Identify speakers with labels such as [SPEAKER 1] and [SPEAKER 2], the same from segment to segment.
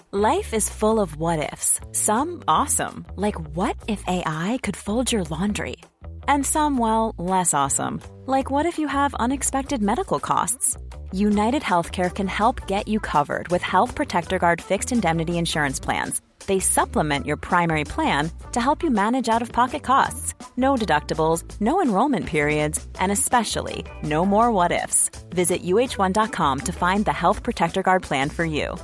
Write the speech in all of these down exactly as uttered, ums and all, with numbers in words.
[SPEAKER 1] Life is full of what-ifs. Some awesome, like what if A I could fold your laundry? And some, well, less awesome, like what if you have unexpected medical costs? United Healthcare can help get you covered with Health Protector Guard fixed indemnity insurance plans. They supplement your primary plan to help you manage out-of-pocket costs. No deductibles, no enrollment periods, and especially no more what-ifs. Visit U H one dot com to find the Health Protector Guard plan for you.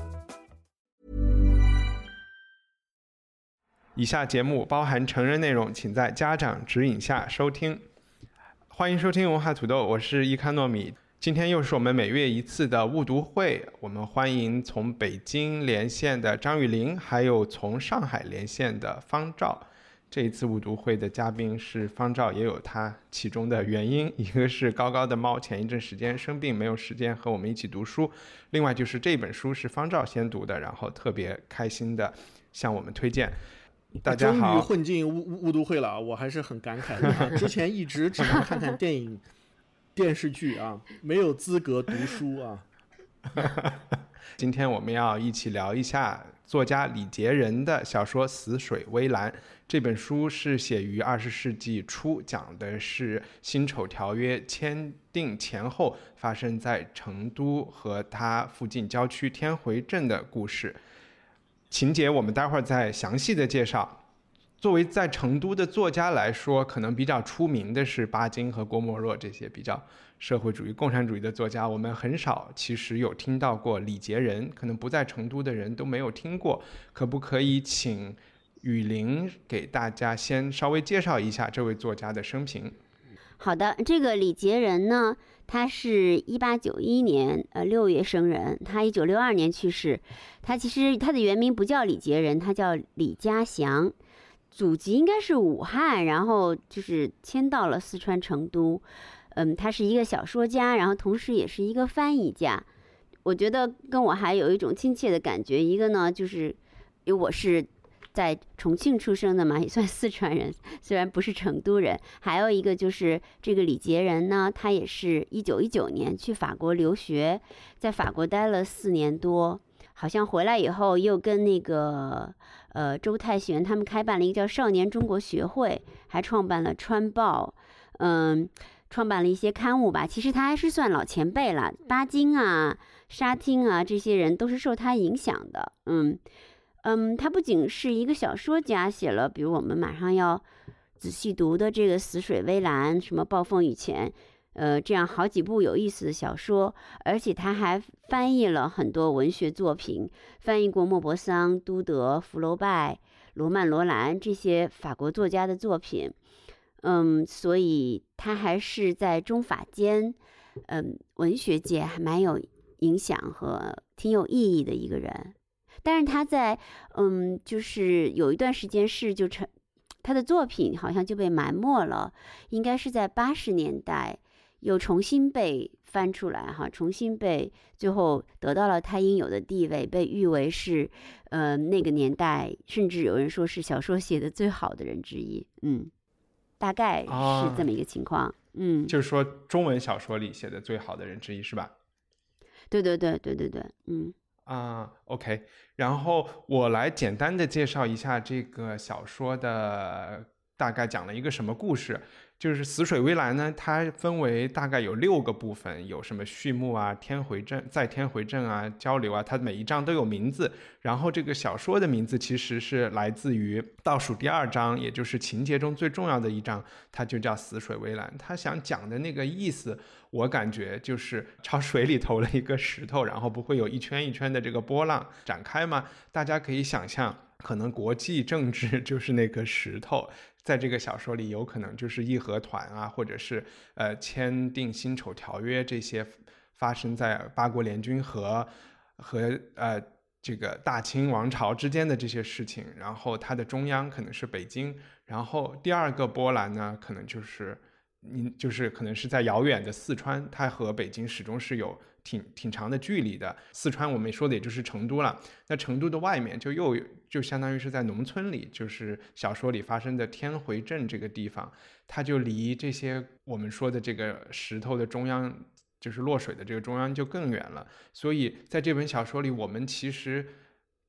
[SPEAKER 2] 以下节目包含成人内容，请在家长指引下收听。欢迎收听文化土豆，我是伊康糯米。今天又是我们每月一次的误读会，我们欢迎从北京连线的张雨林，还有从上海连线的方照。这一次误读会的嘉宾是方照，也有他其中的原因，一个是高高的猫前一阵时间生病，没有时间和我们一起读书，另外就是这本书是方照先读的，然后特别开心的向我们推荐。大家好，
[SPEAKER 3] 终于混进误误读会了，我还是很感慨的、啊。之前一直只能看看电影、电视剧啊，没有资格读书啊。
[SPEAKER 2] 今天我们要一起聊一下作家李杰仁的小说《死水微澜》。这本书是写于二十世纪初，讲的是辛丑条约签订前后发生在成都和它附近郊区天回镇的故事。情节我们待会儿再详细的介绍。作为在成都的作家来说，可能比较出名的是巴金和郭沫若这些比较社会主义共产主义的作家，我们很少其实有听到过李杰仁，可能不在成都的人都没有听过。可不可以请雨林给大家先稍微介绍一下这位作家的生平？
[SPEAKER 4] 好的，这个李杰仁呢，他是一八九一年呃六月生人，他一九六二年去世。他其实他的原名不叫李杰仁，他叫李家祥，祖籍应该是武汉，然后就是迁到了四川成都。嗯，他是一个小说家，然后同时也是一个翻译家。我觉得跟我还有一种亲切的感觉。一个呢，就是因为我是在重庆出生的嘛，也算四川人，虽然不是成都人。还有一个就是这个李杰仁呢，他也是一九一九年去法国留学，在法国待了四年多，好像回来以后又跟那个呃周泰玄他们开办了一个叫少年中国学会，还创办了川报，嗯，创办了一些刊物吧。其实他还是算老前辈了，巴金啊、沙汀啊这些人都是受他影响的，嗯。嗯，他不仅是一个小说家，写了比如我们马上要仔细读的这个《死水微澜》、什么《暴风雨前》，呃，这样好几部有意思的小说，而且他还翻译了很多文学作品，翻译过莫泊桑、都德、福楼拜、罗曼·罗兰这些法国作家的作品。嗯，所以他还是在中法间，嗯，文学界还蛮有影响和挺有意义的一个人。但是他在嗯，就是有一段时间是就成他的作品好像就被埋没了，应该是在八十年代又重新被翻出来哈，重新被最后得到了他应有的地位，被誉为是呃那个年代，甚至有人说是小说写的最好的人之一。嗯，大概是这么一个情况。啊、嗯，
[SPEAKER 2] 就是说中文小说里写的最好的人之一是吧？
[SPEAKER 4] 对对对对对对，嗯。
[SPEAKER 2] 啊、uh, OK， 然后我来简单的介绍一下这个小说的大概讲了一个什么故事。就是《死水微澜》呢，它分为大概有六个部分，有什么序幕啊、天回镇、在天回镇啊、交流啊，它每一章都有名字。然后这个小说的名字其实是来自于倒数第二章，也就是情节中最重要的一章，它就叫《死水微澜》。它想讲的那个意思，我感觉就是朝水里投了一个石头，然后不会有一圈一圈的这个波浪展开吗？大家可以想象，可能国际政治就是那个石头，在这个小说里有可能就是义和团啊，或者是呃签订辛丑条约这些发生在八国联军和和呃这个大清王朝之间的这些事情。然后它的中央可能是北京，然后第二个波澜呢，可能就是你就是可能是在遥远的四川，它和北京始终是有挺挺长的距离的。四川我们说的也就是成都了，那成都的外面就又就相当于是在农村里，就是小说里发生的天回镇这个地方，它就离这些我们说的这个石头的中央，就是落水的这个中央就更远了。所以在这本小说里，我们其实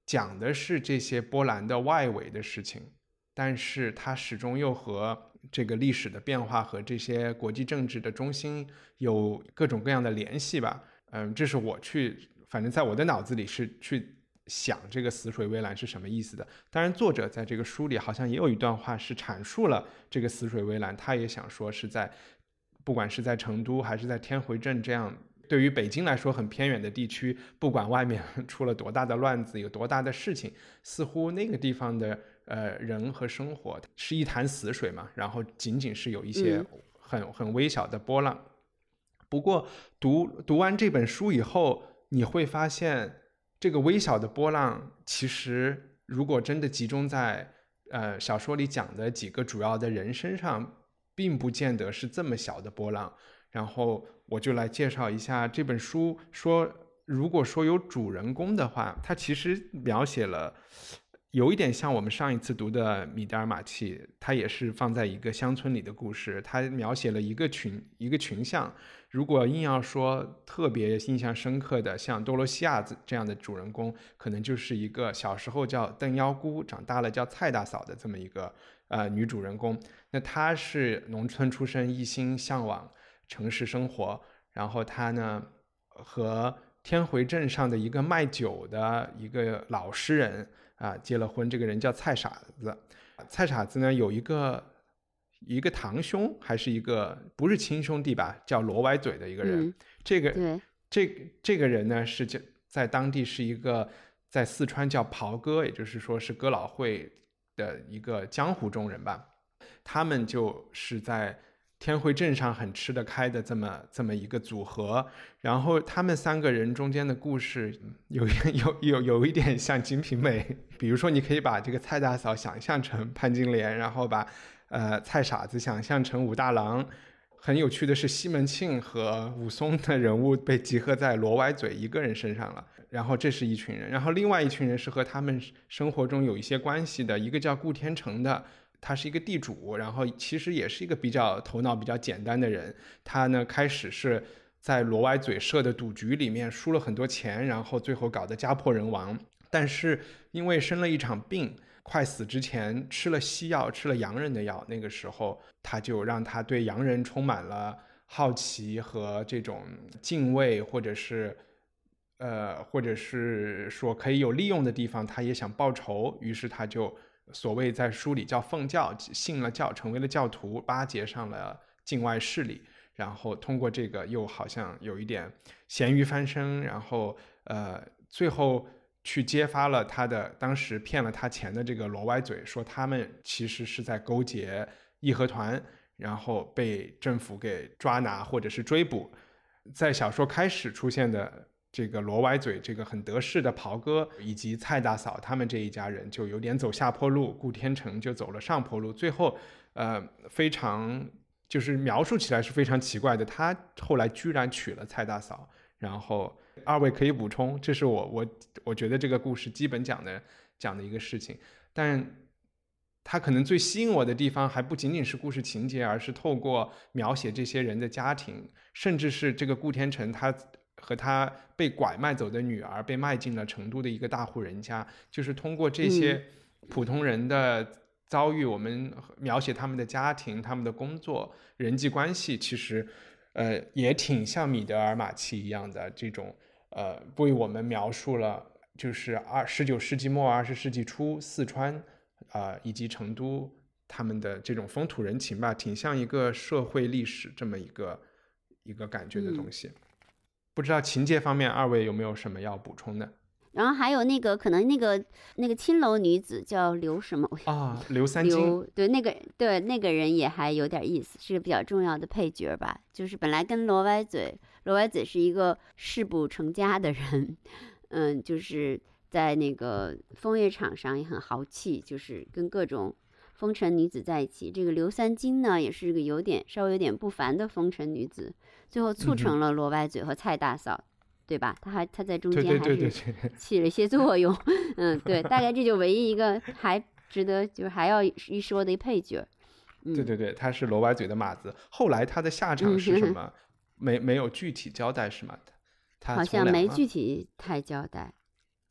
[SPEAKER 2] 讲的是这些波兰的外围的事情，但是它始终又和这个历史的变化和这些国际政治的中心有各种各样的联系吧。嗯，这是我去，反正在我的脑子里是去想这个死水微澜是什么意思的。当然作者在这个书里好像也有一段话是阐述了这个死水微澜，他也想说是在不管是在成都还是在天回镇这样对于北京来说很偏远的地区，不管外面出了多大的乱子有多大的事情，似乎那个地方的呃人和生活是一潭死水嘛，然后仅仅是有一些很、嗯、很微小的波浪。不过读读完这本书以后，你会发现这个微小的波浪其实如果真的集中在呃小说里讲的几个主要的人身上，并不见得是这么小的波浪。然后我就来介绍一下这本书，说如果说有主人公的话，它其实描写了有一点像我们上一次读的米德尔马契，它也是放在一个乡村里的故事，它描写了一个群一个群像。如果硬要说特别印象深刻的，像多罗西亚这样的主人公，可能就是一个小时候叫邓幺姑，长大了叫蔡大嫂的这么一个呃女主人公。那她是农村出身，一心向往城市生活，然后她呢和天回镇上的一个卖酒的一个老诗人啊结了婚，这个人叫蔡傻子。蔡傻子呢有一个一个堂兄，还是一个不是亲兄弟吧，叫罗歪嘴的一个人。嗯、这个这这个人呢是在当地是一个在四川叫袍哥，也就是说是哥老会的一个江湖中人吧。他们就是在天回镇上很吃得开的这么这么一个组合，然后他们三个人中间的故事有有有有一点像《金瓶梅》，比如说你可以把这个蔡大嫂想象成潘金莲，然后把呃蔡傻子想象成武大郎。很有趣的是，西门庆和武松的人物被集合在罗歪嘴一个人身上了。然后这是一群人，然后另外一群人是和他们生活中有一些关系的，一个叫顾天成的。他是一个地主，然后其实也是一个比较头脑比较简单的人。他呢开始是在罗歪嘴设的赌局里面输了很多钱，然后最后搞得家破人亡。但是因为生了一场病，快死之前吃了西药，吃了洋人的药，那个时候他就让他对洋人充满了好奇和这种敬畏，或者是呃，或者是说可以有利用的地方，他也想报仇。于是他就所谓在书里叫奉教，信了教，成为了教徒，巴结上了境外势力，然后通过这个又好像有一点咸鱼翻身，然后呃，最后去揭发了他的当时骗了他钱的这个罗歪嘴，说他们其实是在勾结义和团，然后被政府给抓拿或者是追捕。在小说开始出现的这个罗歪嘴，这个很得势的袍哥以及蔡大嫂他们这一家人就有点走下坡路，顾天成就走了上坡路。最后呃，非常就是描述起来是非常奇怪的，他后来居然娶了蔡大嫂。然后二位可以补充，这是我我我觉得这个故事基本讲的讲的一个事情。但他可能最吸引我的地方还不仅仅是故事情节，而是透过描写这些人的家庭，甚至是这个顾天成他和他被拐卖走的女儿被卖进了成都的一个大户人家，就是通过这些普通人的遭遇，我们描写他们的家庭、他们的工作、人际关系，其实呃也挺像米德尔马契一样的这种呃为我们描述了就是二十九世纪末二十世纪初四川啊、呃、以及成都他们的这种风土人情吧，挺像一个社会历史这么一个一个感觉的东西。嗯，不知道情节方面二位有没有什么要补充的？
[SPEAKER 4] 然后还有那个可能那个那个青楼女子叫刘什么
[SPEAKER 2] 啊？刘三金。
[SPEAKER 4] 对，那个对那个人也还有点意思，是个比较重要的配角吧。就是本来跟罗歪嘴，罗歪嘴是一个誓不成家的人，嗯，就是在那个风月场上也很豪气，就是跟各种风尘女子在一起。这个刘三金呢，也是个有点稍微有点不凡的风尘女子。最后促成了罗歪嘴和蔡大嫂，嗯、对吧？他还他在中间还是起了一些作用。嗯，对，大概这就唯一一个还值得就是还要一说的一配角。嗯、
[SPEAKER 2] 对对对，他是罗歪嘴的马子。后来他的下场是什么？嗯、没没有具体交代是吗？他
[SPEAKER 4] 好像没具体太交代。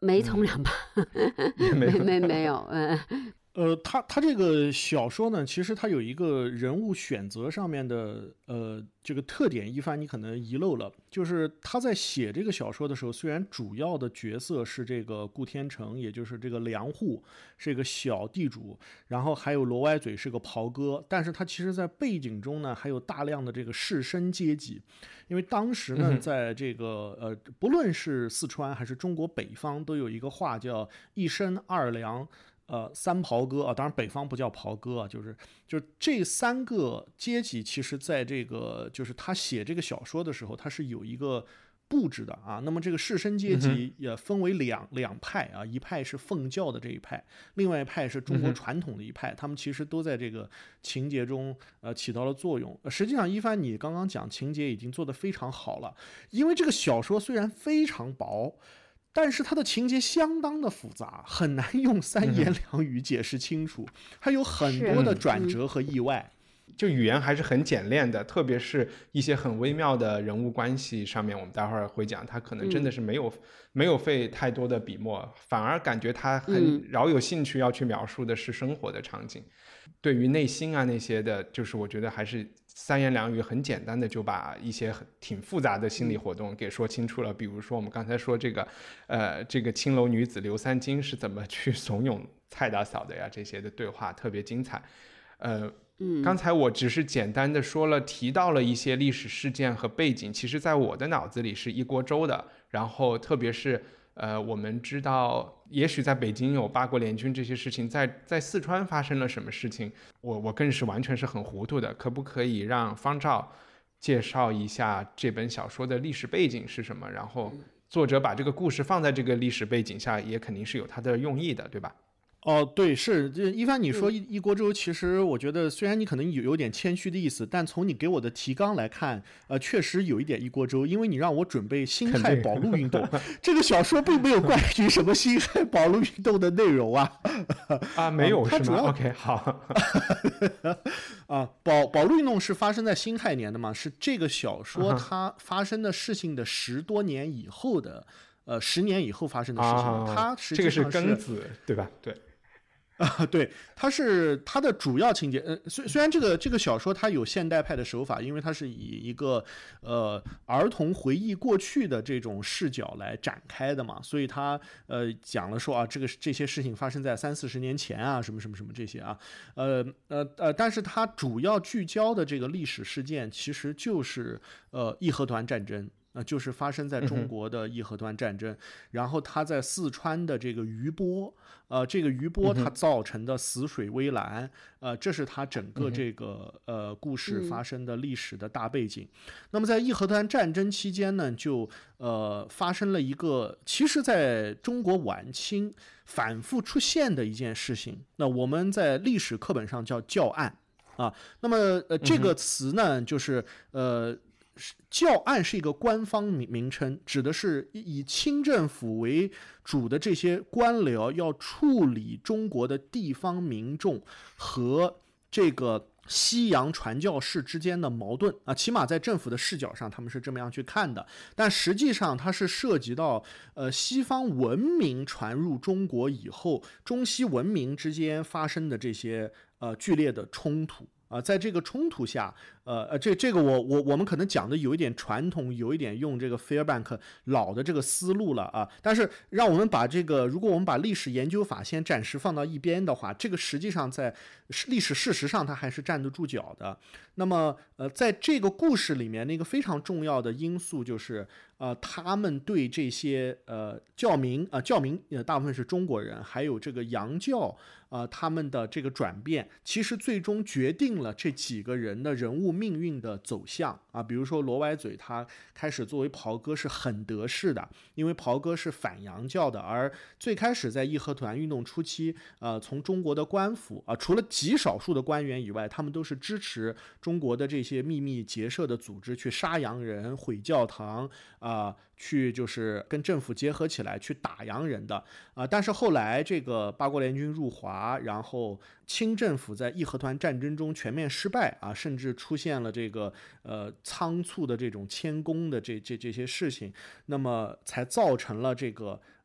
[SPEAKER 4] 没从良吧？
[SPEAKER 2] 嗯、没
[SPEAKER 4] 没没有，嗯。
[SPEAKER 3] 呃，他他这个小说呢，其实他有一个人物选择上面的呃这个特点，一帆你可能遗漏了，就是他在写这个小说的时候，虽然主要的角色是这个顾天成，也就是这个梁户是一个小地主，然后还有罗歪嘴是个袍哥，但是他其实在背景中呢，还有大量的这个士绅阶级，因为当时呢，在这个呃不论是四川还是中国北方，都有一个话叫一绅二梁。呃，三袍哥啊，当然北方不叫袍哥啊，就是就是这三个阶级，其实在这个就是他写这个小说的时候，他是有一个布置的啊。那么这个士绅阶级也分为两、嗯、两派啊，一派是奉教的这一派，另外一派是中国传统的一派，嗯、他们其实都在这个情节中呃起到了作用。实际上，一帆你刚刚讲情节已经做得非常好了，因为这个小说虽然非常薄。但是它的情节相当的复杂，很难用三言两语解释清楚，它有很多的转折和意外。
[SPEAKER 2] 就语言还是很简练的，特别是一些很微妙的人物关系上面，我们待会儿会讲，他可能真的是没有、嗯、没有费太多的笔墨，反而感觉他很饶有兴趣要去描述的是生活的场景。嗯、对于内心啊那些的，就是我觉得还是三言两语很简单的就把一些挺复杂的心理活动给说清楚了。比如说我们刚才说这个呃这个青楼女子刘三金是怎么去怂恿蔡大嫂的呀，这些的对话特别精彩。呃刚才我只是简单的说了，提到了一些历史事件和背景，其实在我的脑子里是一锅粥的。然后特别是呃，我们知道也许在北京有八国联军这些事情，在在四川发生了什么事情，我我更是完全是很糊涂的。可不可以让方照介绍一下这本小说的历史背景是什么？然后作者把这个故事放在这个历史背景下，也肯定是有它的用意的，对吧？
[SPEAKER 3] 哦，对，是一帆你说一一锅粥，其实我觉得虽然你可能有有点谦虚的意思，但从你给我的提纲来看，呃，确实有一点一锅粥，因为你让我准备辛亥保路运动，这个小说并没有关于什么辛亥保路运动的内容啊。
[SPEAKER 2] 啊，没有、嗯、是吗？
[SPEAKER 3] 它主要
[SPEAKER 2] OK 好。
[SPEAKER 3] 啊，保保路运动是发生在辛亥年的嘛，是这个小说它发生的事情的十多年以后的，呃，十年以后发生的事情，
[SPEAKER 2] 啊、
[SPEAKER 3] 它实际上是
[SPEAKER 2] 这个是庚子，对吧？对。
[SPEAKER 3] 啊，对，它是它的主要情节，呃，虽虽然这个这个小说它有现代派的手法，因为它是以一个呃儿童回忆过去的这种视角来展开的嘛，所以它呃讲了说啊，这个这些事情发生在三四十年前啊，什么什么什么这些啊，呃呃呃，但是它主要聚焦的这个历史事件其实就是呃义和团战争。呃，就是发生在中国的义和团战争，嗯、然后它在四川的这个余波，呃，这个余波它造成的死水微澜，呃，这是它整个这个呃故事发生的历史的大背景。嗯、那么在义和团战争期间呢，就呃发生了一个，其实在中国晚清反复出现的一件事情，那我们在历史课本上叫教案啊。那么呃这个词呢，就是呃。教案是一个官方名称，指的是以清政府为主的这些官僚要处理中国的地方民众和这个西洋传教士之间的矛盾啊，起码在政府的视角上他们是这么样去看的，但实际上它是涉及到呃西方文明传入中国以后，中西文明之间发生的这些呃剧烈的冲突。啊、呃，在这个冲突下，呃呃，这这个我我我们可能讲的有一点传统，有一点用这个 Fairbank 老的这个思路了啊。但是让我们把这个，如果我们把历史研究法先暂时放到一边的话，这个实际上在历史事实上它还是站得住脚的。那么呃，在这个故事里面，那个非常重要的因素就是呃，他们对这些呃教民啊、呃、教民呃大部分是中国人，还有这个洋教。呃，他们的这个转变，其实最终决定了这几个人的人物命运的走向啊。比如说罗歪嘴，他开始作为袍哥是很得势的，因为袍哥是反洋教的，而最开始在义和团运动初期，呃，从中国的官府啊、呃，除了极少数的官员以外，他们都是支持中国的这些秘密结社的组织去杀洋人、毁教堂啊。呃去就是跟政府结合起来去打洋人的啊、呃，但是后来这个八国联军入华，然后清政府在义和团战争中全面失败啊，甚至出现了这个呃仓促的这种迁宫的这这这些事情，那么才造成了这个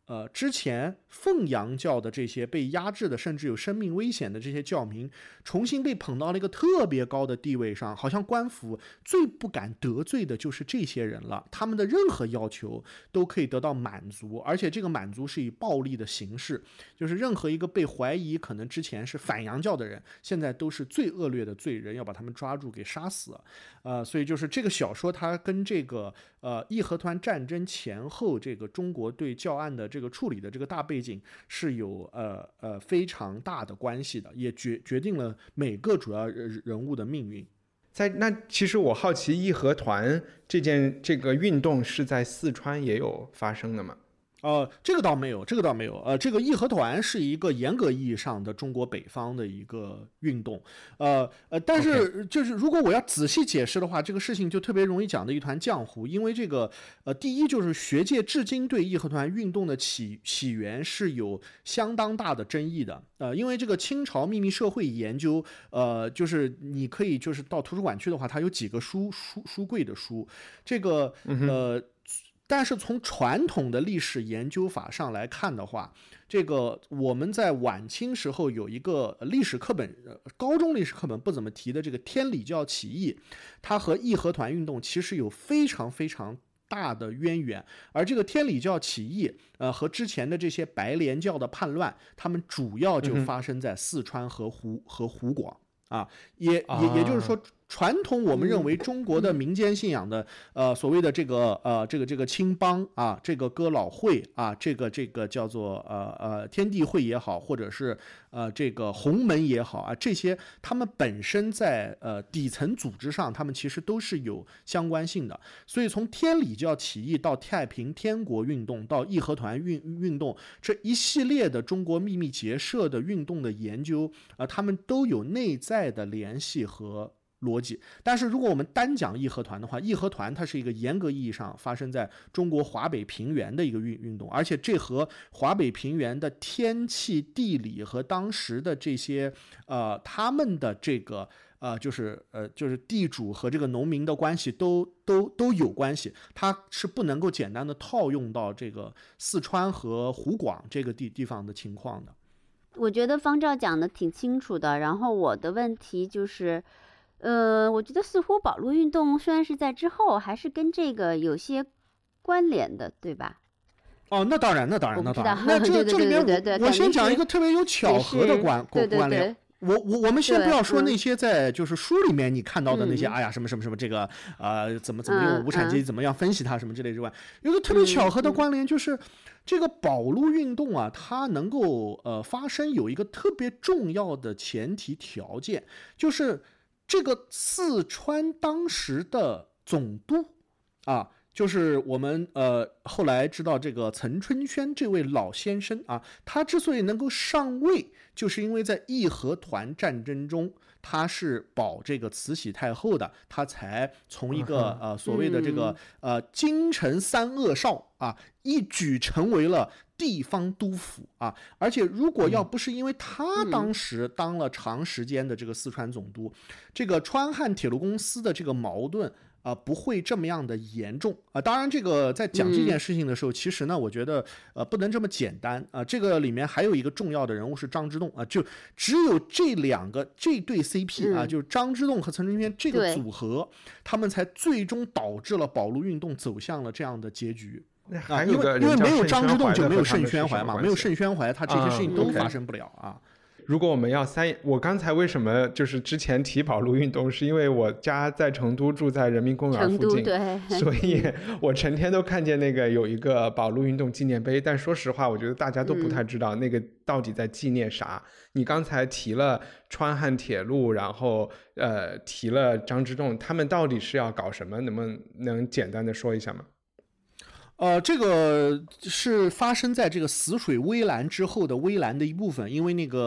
[SPEAKER 3] 呃，之前奉洋教的这些被压制的，甚至有生命危险的这些教民，重新被捧到了一个特别高的地位上，好像官府最不敢得罪的就是这些人了，他们的任何要求都可以得到满足，而且这个满足是以暴力的形式，就是任何一个被怀疑可能之前是反洋教的人，现在都是最恶劣的罪人，要把他们抓住给杀死了。呃，所以就是这个小说它跟这个呃义和团战争前后这个中国对教案的这个处理的这个大背景是有呃呃非常大的关系的，也决决定了每个主要人物的命运。
[SPEAKER 2] 在那其实我好奇，义和团这件这个运动是在四川也有发生的吗？
[SPEAKER 3] 呃，这个倒没有，这个倒没有。呃，这个义和团是一个严格意义上的中国北方的一个运动。呃呃，但是就是如果我要仔细解释的话，这个事情就特别容易讲的一团浆糊。因为这个呃，第一就是学界至今对义和团运动的起起源是有相当大的争议的。呃，因为这个清朝秘密社会研究，呃，就是你可以就是到图书馆去的话，它有几个书书书柜的书，这个呃。嗯但是从传统的历史研究法上来看的话，这个我们在晚清时候有一个历史课本，高中历史课本不怎么提的这个天理教起义，它和义和团运动其实有非常非常大的渊源。而这个天理教起义，呃，和之前的这些白莲教的叛乱，他们主要就发生在四川和湖、嗯、和湖广啊，也也也就是说。传统我们认为中国的民间信仰的呃所谓的这个呃这个这个青帮啊，这个哥老会啊，这个这个叫做呃呃天地会也好，或者是呃这个洪门也好啊，这些他们本身在呃底层组织上，他们其实都是有相关性的。所以从天理教起义到太平天国运动到义和团运运动这一系列的中国秘密结社的运动的研究啊、呃，他们都有内在的联系和逻辑。但是如果我们单讲义和团的话，义和团它是一个严格意义上发生在中国华北平原的一个运运动，而且这和华北平原的天气地理和当时的这些呃他们的这个呃就是呃就是地主和这个农民的关系都都都有关系，它是不能够简单的套用到这个四川和湖广这个地地方的情况的。
[SPEAKER 4] 我觉得方照讲的挺清楚的，然后我的问题就是呃，我觉得似乎保路运动虽然是在之后，还是跟这个有些关联的，对吧？
[SPEAKER 3] 哦，那当然，那当然，那当然。那这这里面我我先讲一个特别有巧合的关关联。我我我们先不要说那些在就是书里面你看到的那些，哎呀什么什么什么这个呃怎么怎么用无产阶级怎么样分析它什么之类之外，有个特别巧合的关联就是。这个保路运动啊，它能够呃发生有一个特别重要的前提条件，就是这个四川当时的总督啊，就是我们呃后来知道这个岑春轩这位老先生啊，他之所以能够上位，就是因为在义和团战争中。他是保这个慈禧太后的，他才从一个呃所谓的这个呃京城三恶少啊，一举成为了地方督府啊。而且如果要不是因为他当时当了长时间的这个四川总督，这个川汉铁路公司的这个矛盾。啊、呃，不会这么样的严重啊、呃！当然，这个在讲这件事情的时候，嗯、其实呢，我觉得呃不能这么简单啊、呃。这个里面还有一个重要的人物是张之洞啊、呃，就只有这两个这对 C P 啊、呃，就是张之洞和岑春轩这个组合，他们才最终导致了保路运动走向了这样的结局。啊，因为因为没有张之洞就没有盛宣怀嘛，没有盛宣怀，他这些事情都发生不了啊。
[SPEAKER 2] 如果我们要三，我刚才为什么就是之前提保路运动，是因为我家在成都，住在人民公园附近，
[SPEAKER 4] 对，
[SPEAKER 2] 所以我成天都看见那个有一个保路运动纪念碑。但说实话，我觉得大家都不太知道那个到底在纪念啥。嗯、你刚才提了川汉铁路，然后呃提了张之洞，他们到底是要搞什么？能不能能简单的说一下吗？
[SPEAKER 3] 呃，这个是发生在这个死水微澜之后的微澜的一部分，因为那个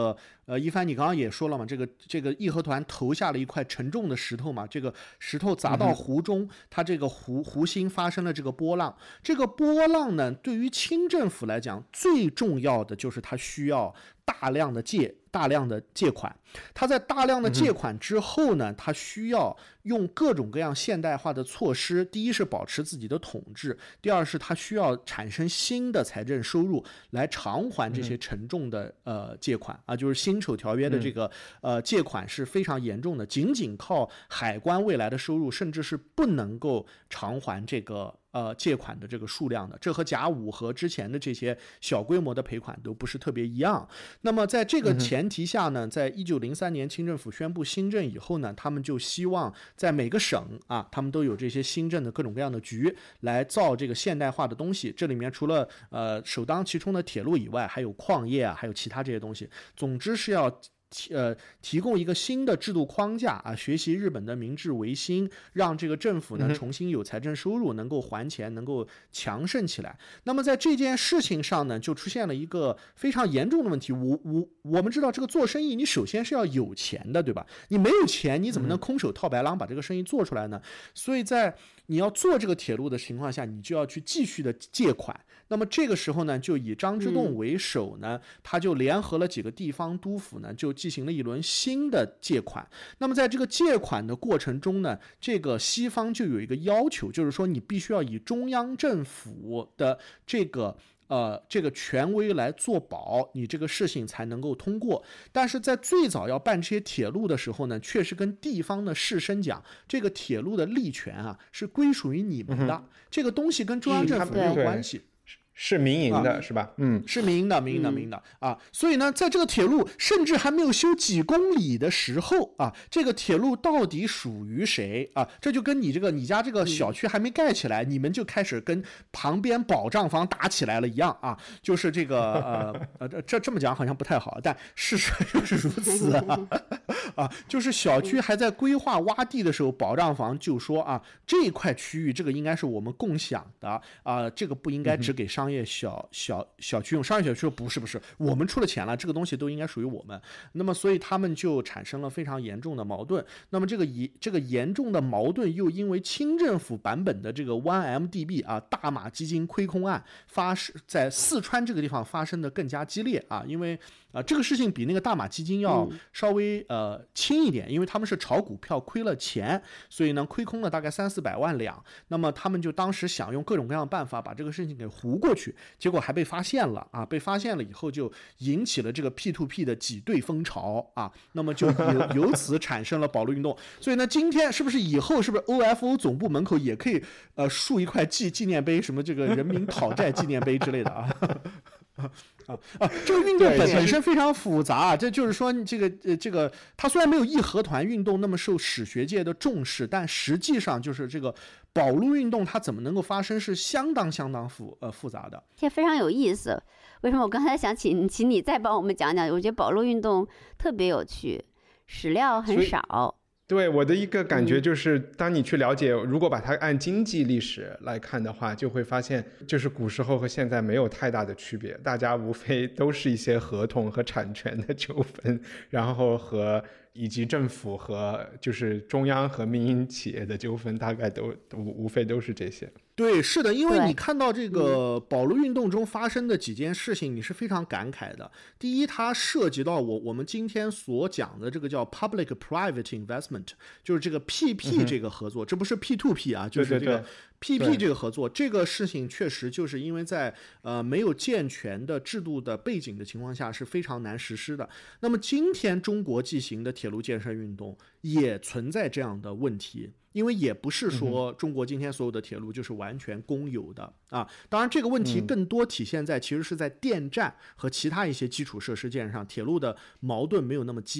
[SPEAKER 3] 呃，一帆你刚刚也说了嘛，这个这个义和团投下了一块沉重的石头嘛，这个石头砸到湖中，嗯、它这个湖湖心发生了这个波浪。这个波浪呢，对于清政府来讲，最重要的就是它需要大量的借大量的借款。它在大量的借款之后呢，它需要用各种各样现代化的措施。第一是保持自己的统治，第二是它需要产生新的财政收入来偿还这些沉重的呃借款啊，就是辛丑条约的这个呃借款是非常严重的，仅仅靠海关未来的收入，甚至是不能够偿还这个。呃，借款的这个数量的，这和甲午和之前的这些小规模的赔款都不是特别一样。那么在这个前提下呢，在一九零三年清政府宣布新政以后呢，他们就希望在每个省啊，他们都有这些新政的各种各样的局来造这个现代化的东西。这里面除了呃首当其冲的铁路以外，还有矿业啊，还有其他这些东西。总之是要。呃，提供一个新的制度框架啊，学习日本的明治维新，让这个政府呢重新有财政收入，能够还钱，能够强盛起来。那么在这件事情上呢，就出现了一个非常严重的问题。我我我们知道，这个做生意，你首先是要有钱的，对吧？你没有钱，你怎么能空手套白狼把这个生意做出来呢？所以在你要做这个铁路的情况下，你就要去继续的借款。那么这个时候呢，就以张之洞为首呢，嗯、他就联合了几个地方督府呢，就进行了一轮新的借款。那么在这个借款的过程中呢，这个西方就有一个要求，就是说你必须要以中央政府的这个呃这个权威来做保，你这个事情才能够通过。但是在最早要办这些铁路的时候呢，确实跟地方的士绅讲，这个铁路的利权啊是归属于你们的，嗯、这个东西跟中央政府没有关系。
[SPEAKER 2] 是民营的、啊、是吧？嗯，
[SPEAKER 3] 是民营的，民营的，民营的、嗯、啊。所以呢，在这个铁路甚至还没有修几公里的时候啊，这个铁路到底属于谁啊？这就跟你这个你家这个小区还没盖起来，嗯、你们就开始跟旁边保障房打起来了一样啊。就是这个呃呃，这这么讲好像不太好，但事实就是如此啊啊，就是小区还在规划挖地的时候，保障房就说啊，这一块区域这个应该是我们共享的啊，这个不应该只给商业。商业小小小区用，商业小区说不是不是，我们出了钱了，这个东西都应该属于我们。那么，所以他们就产生了非常严重的矛盾。那么，这个严这个严重的矛盾又因为清政府版本的这个 one M D B 啊大马基金亏空案发生在四川这个地方发生的更加激烈啊，因为啊这个事情比那个大马基金要稍微呃轻一点，因为他们是炒股票亏了钱，所以呢亏空了大概三四百万两。那么他们就当时想用各种各样的办法把这个事情给糊过去。结果还被发现了啊！被发现了以后，就引起了这个 P to P 的挤兑风潮啊。那么就由由此产生了保路运动。所以呢，今天是不是以后是不是 O F O 总部门口也可以呃竖一块纪纪念碑，什么这个人民讨债纪念碑之类的啊？啊啊！这个运动本本身非常复杂、啊，这就是说，这个呃，这个它虽然没有义和团运动那么受史学界的重视，但实际上就是这个保路运动它怎么能够发生，是相当相当复呃复杂的，
[SPEAKER 4] 这非常有意思。为什么我刚才想请请你再帮我们讲讲？我觉得保路运动特别有趣，史料很少。
[SPEAKER 2] 对，我的一个感觉就是，当你去了解，如果把它按经济历史来看的话，就会发现，就是古时候和现在没有太大的区别，大家无非都是一些合同和产权的纠纷，然后和以及政府和就是中央和民营企业的纠纷，大概都无无非都是这些。
[SPEAKER 3] 对，是的，因为你看到这个保路运动中发生的几件事情，你是非常感慨的。第一，它涉及到我我们今天所讲的这个叫 public-private investment， 就是这个 P P 这个合作，嗯、这不是 P to P 啊，就是这个 P P 这个合作，这个事情确实就是因为在呃没有健全的制度的背景的情况下是非常难实施的。那么今天中国进行的铁路建设运动也存在这样的问题。因为也不是说中国今天所有的铁路就是完全公有的啊，当然这个问题更多体现在其实是在电站和其他一些基础设施建上，铁路的矛盾没有那么激化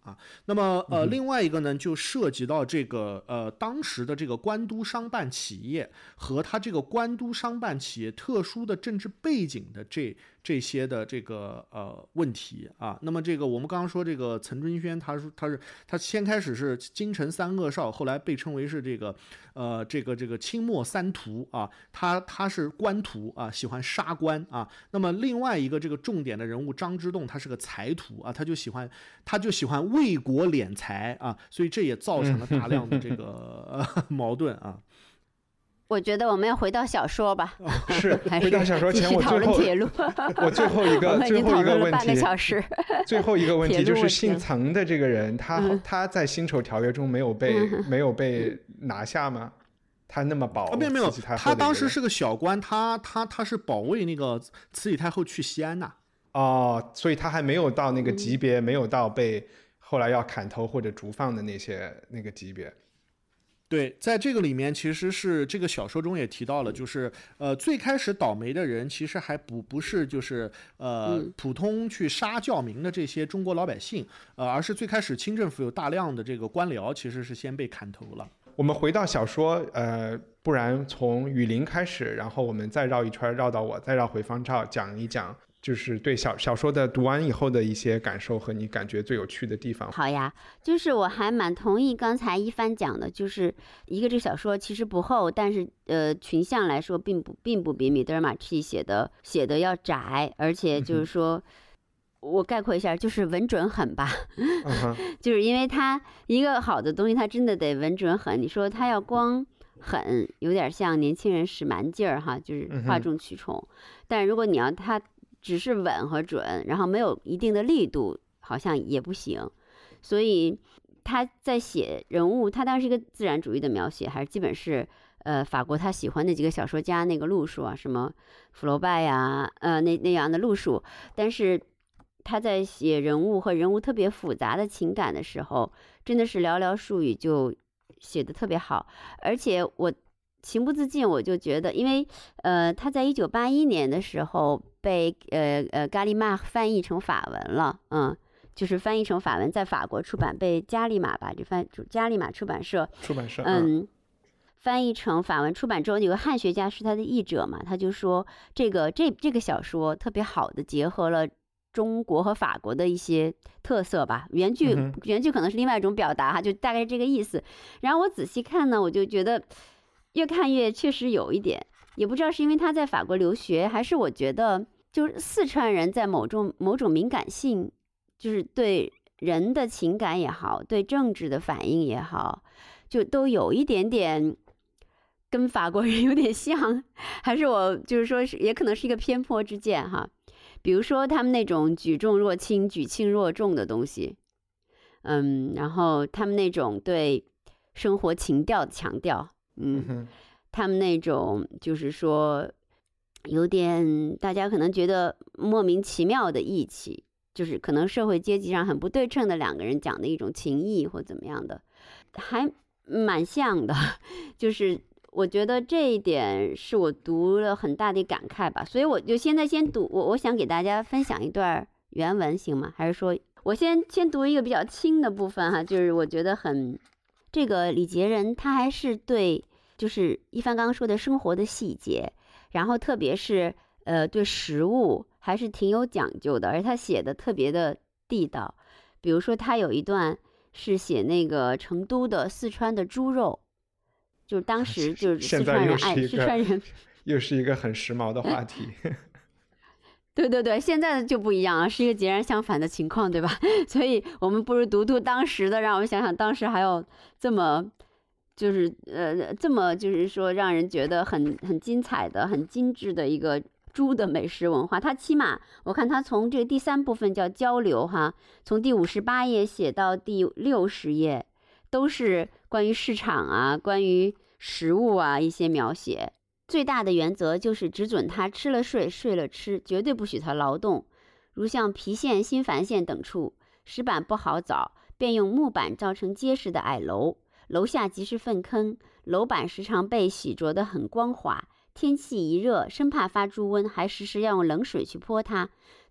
[SPEAKER 3] 啊。那么呃，另外一个呢，就涉及到这个呃当时的这个官督商办企业和他这个官督商办企业特殊的政治背景的这这些的这个呃问题啊。那么这个我们刚刚说这个岑春轩，他说他是他先开始是京城三恶少，后来被称为是这个呃这个这个清末三屠啊，他他是官徒啊，喜欢杀官啊。那么另外一个这个重点的人物张之洞，他是个财徒啊，他就喜欢他就喜欢为国敛财啊，所以这也造成了大量的这个、呃、矛盾啊。
[SPEAKER 4] 我觉得我们要回到小说吧。
[SPEAKER 2] 是回到小说前，我最后
[SPEAKER 4] 铁路
[SPEAKER 2] 我最后一个最后一个问题，
[SPEAKER 4] 个小时
[SPEAKER 2] 最后一个问题就是姓岑的这个人，他、嗯、他在辛丑条约中没有被、嗯、没有被拿下吗？他那么保、
[SPEAKER 3] 哦、没有没有，他当时是个小官，他他他是保卫那个慈禧太后去西安呐、
[SPEAKER 2] 啊。哦，所以他还没有到那个级别，嗯、没有到被后来要砍头或者逐放的那些那个级别。
[SPEAKER 3] 对，在这个里面其实是这个小说中也提到了，就是呃最开始倒霉的人其实还不不是就是呃、嗯、普通去杀教民的这些中国老百姓，呃而是最开始清政府有大量的这个官僚其实是先被砍头了。
[SPEAKER 2] 我们回到小说，呃，不然从雨林开始，然后我们再绕一圈，绕到我，再绕回方照，讲一讲，就是对小小说的读完以后的一些感受和你感觉最有趣的地方。
[SPEAKER 4] 好呀，就是我还蛮同意刚才一帆讲的，就是一个这小说其实不厚，但是呃群像来说并不并不比米德尔马契写的写的要窄，而且就是说。嗯我概括一下，就是稳准狠吧， uh-huh. 就是因为他一个好的东西，他真的得稳准狠。你说他要光狠，有点像年轻人使蛮劲儿哈，就是哗众取宠。Uh-huh. 但如果你要他只是稳和准，然后没有一定的力度，好像也不行。所以他在写人物，他当然是一个自然主义的描写，还是基本是呃法国他喜欢的几个小说家那个路数啊，什么福楼拜呀，呃那那样的路数，但是。他在写人物和人物特别复杂的情感的时候，真的是寥寥数语就写得特别好。而且我情不自禁，我就觉得，因为呃，他在一九八一年的时候被呃呃伽利玛翻译成法文了，嗯，就是翻译成法文，在法国出版，被伽利玛吧，就翻伽利玛出版社
[SPEAKER 2] 出版社，
[SPEAKER 4] 嗯。翻译成法文出版之后，有个汉学家是他的译者嘛，他就说这个这这个小说特别好的结合了。中国和法国的一些特色吧，原句原句可能是另外一种表达哈，就大概是这个意思。然后我仔细看呢，我就觉得越看越确实有一点，也不知道是因为他在法国留学，还是我觉得就是四川人在某种某种敏感性，就是对人的情感也好，对政治的反应也好，就都有一点点跟法国人有点像，还是我就是说是也可能是一个偏颇之见哈。比如说他们那种举重若轻、举轻若重的东西，嗯，然后他们那种对生活情调的强调，嗯，他们那种就是说有点大家可能觉得莫名其妙的义气，就是可能社会阶级上很不对称的两个人讲的一种情谊或怎么样的，还蛮像的，就是。我觉得这一点是我读了很大的感慨吧，所以我就现在先读我，我想给大家分享一段原文，行吗？还是说我先先读一个比较轻的部分哈？就是我觉得很这个李杰人他还是对就是一帆刚刚说的生活的细节，然后特别是呃对食物还是挺有讲究的，而且他写的特别的地道。比如说他有一段是写那个成都的四川的猪肉。就是当时就是四川人爱四川人，
[SPEAKER 2] 又是一个很时髦的话题。
[SPEAKER 4] 对对对，现在就不一样了，是一个截然相反的情况，对吧？所以我们不如读读当时的，让我们想想当时还有这么就是呃这么就是说让人觉得很很精彩的、很精致的一个猪的美食文化。他起码我看他从这个第三部分叫交流哈，从第五十八页写到第六十页。都是关于市场啊，关于食物啊一些描写。最大的原则就是只准他吃了睡，睡了吃，绝对不许他劳动。如像郫县、新繁县等处，石板不好凿，便用木板造成结实的矮楼，楼下即是粪坑，楼板时常被洗濯得很光滑。天气一热，生怕发猪瘟，还时时要用冷水去泼它。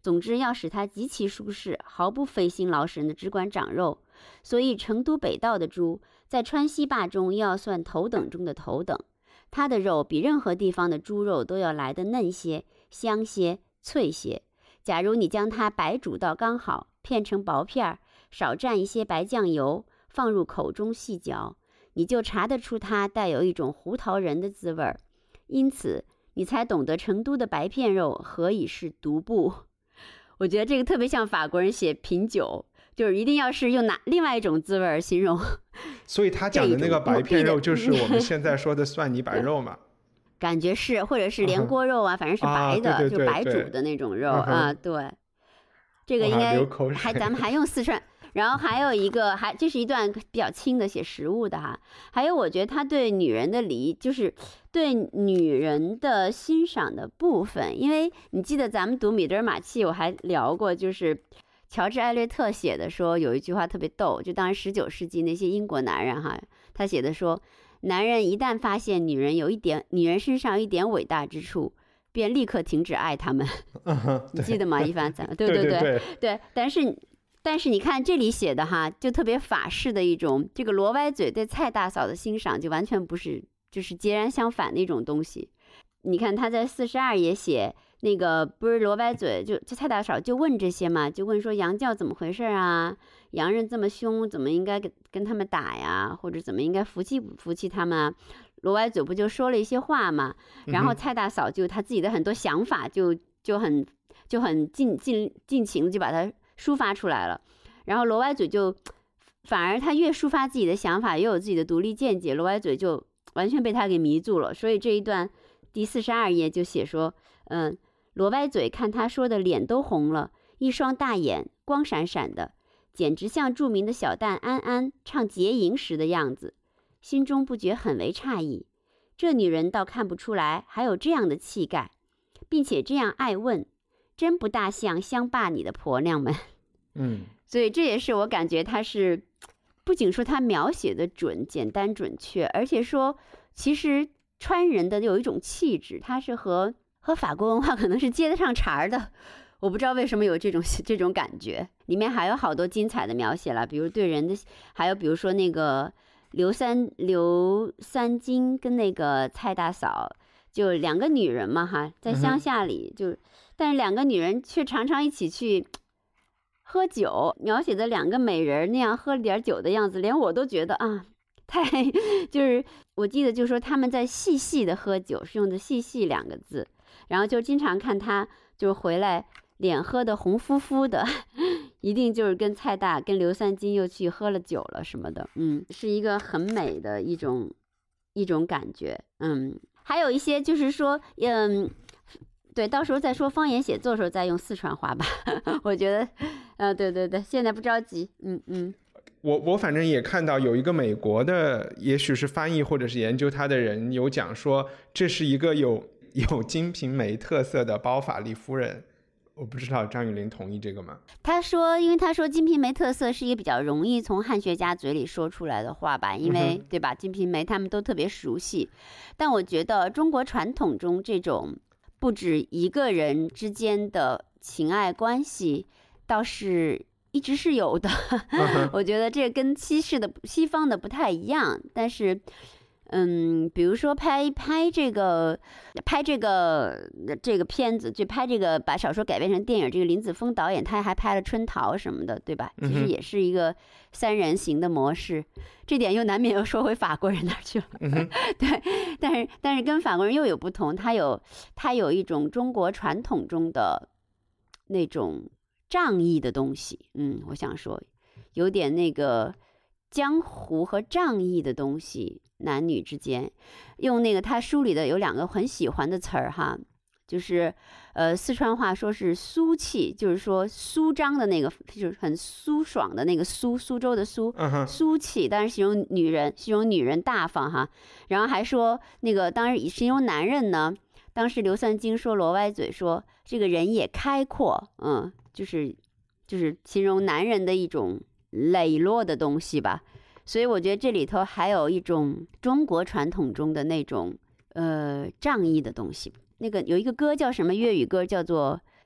[SPEAKER 4] 总之要使它极其舒适，毫不费心劳神的只管长肉。所以成都北道的猪在川西霸中要算头等中的头等，它的肉比任何地方的猪肉都要来得嫩些、香些、脆些。假如你将它白煮到刚好，片成薄片，少蘸一些白酱油，放入口中细嚼，你就查得出它带有一种胡桃仁的滋味儿。因此你才懂得成都的白片肉何以是独步。我觉得这个特别像法国人写品酒，就是一定要是用哪另外一种滋味形容。
[SPEAKER 2] 所以他讲的那个白片肉就是我们现在说的蒜泥白肉嘛。
[SPEAKER 4] 感觉是，或者是连锅肉啊，反正是白的，
[SPEAKER 2] 啊、对对对
[SPEAKER 4] 就白煮的那种肉啊、嗯。对，这个应该还咱们还用四川。然后还有一个，还这是一段比较轻的写食物的哈。还有我觉得他对女人的礼，就是对女人的欣赏的部分，因为你记得咱们读米德尔马契，我还聊过，就是乔治艾略特写的说有一句话特别逗，就当时十九世纪那些英国男人哈，他写的说，男人一旦发现女人有一点，女人身上有一点伟大之处，便立刻停止爱他们。
[SPEAKER 2] 嗯、
[SPEAKER 4] 你记得吗？一凡咱对
[SPEAKER 2] 对
[SPEAKER 4] 对
[SPEAKER 2] 对
[SPEAKER 4] 对 对, 对但是。但是你看这里写的哈，就特别法式的一种，这个罗歪嘴对蔡大嫂的欣赏就完全不是，就是截然相反的一种东西。你看他在四十二页写那个，不是罗歪嘴，就就蔡大嫂就问这些嘛，就问说洋教怎么回事啊？洋人这么凶，怎么应该跟跟他们打呀？或者怎么应该服气不服气他们啊？罗歪嘴不就说了一些话嘛？然后蔡大嫂就他自己的很多想法就就很就很尽尽尽情的就把他抒发出来了，然后罗歪嘴就反而他越抒发自己的想法，越有自己的独立见解，罗歪嘴就完全被他给迷住了。所以这一段第四十二页就写说，嗯，罗歪嘴看他说的脸都红了，一双大眼光闪闪的，简直像著名的小旦安安唱结营时的样子，心中不觉很为诧异，这女人倒看不出来还有这样的气概，并且这样爱问，真不大像乡坝里的婆娘们。
[SPEAKER 2] 嗯，
[SPEAKER 4] 所以这也是我感觉他是不仅说他描写的准、简单、准确，而且说其实川人的有一种气质，他是和和法国文化可能是接得上茬的。我不知道为什么有这种这种感觉。里面还有好多精彩的描写了，比如对人的，还有比如说那个刘三刘三金跟那个蔡大嫂，就两个女人嘛哈，在乡下里就。嗯但是两个女人却常常一起去喝酒，描写的两个美人那样喝了点酒的样子，连我都觉得啊，太就是我记得就是说他们在细细的喝酒，是用的细细两个字，然后就经常看他就是回来脸喝的红乎乎的，一定就是跟蔡大跟刘三金又去喝了酒了什么的，嗯，是一个很美的一种一种感觉，嗯，还有一些就是说，嗯。对，到时候再说方言写作的时候再用四川话吧。我觉得，呃，对对对，现在不着急。嗯嗯。
[SPEAKER 2] 我我反正也看到有一个美国的，也许是翻译或者是研究他的人有讲说，这是一个有有金瓶梅特色的包法利夫人。我不知道张雨林同意这个吗？
[SPEAKER 4] 他说，因为他说金瓶梅特色是一个比较容易从汉学家嘴里说出来的话吧，因为、嗯、对吧？金瓶梅他们都特别熟悉，但我觉得中国传统中这种。不止一个人之间的情爱关系倒是一直是有的我觉得这跟西式的西方的不太一样，但是嗯，比如说拍拍这个拍这个这个片子，就拍这个把小说改编成电影，这个林子峰导演他还拍了《春桃》什么的，对吧？其实也是一个三人行的模式，这点又难免又说回法国人那儿去了。对，但是但是跟法国人又有不同，他有他有一种中国传统中的那种仗义的东西，嗯，我想说有点那个江湖和仗义的东西。男女之间用那个他书里的有两个很喜欢的词儿哈，就是呃四川话说是苏气，就是说苏张的那个，就是很苏爽的那个苏，苏州的苏，苏气，当然形容女人，形容女人大方哈。然后还说那个当时形容男人呢，当时刘三金说罗歪嘴说这个人也开阔，嗯，就是就是形容男人的一种磊落的东西吧。所以我觉得这里头还有一种中国传统中的那种呃仗义的东西。那个有一个歌叫什么粤语歌，叫做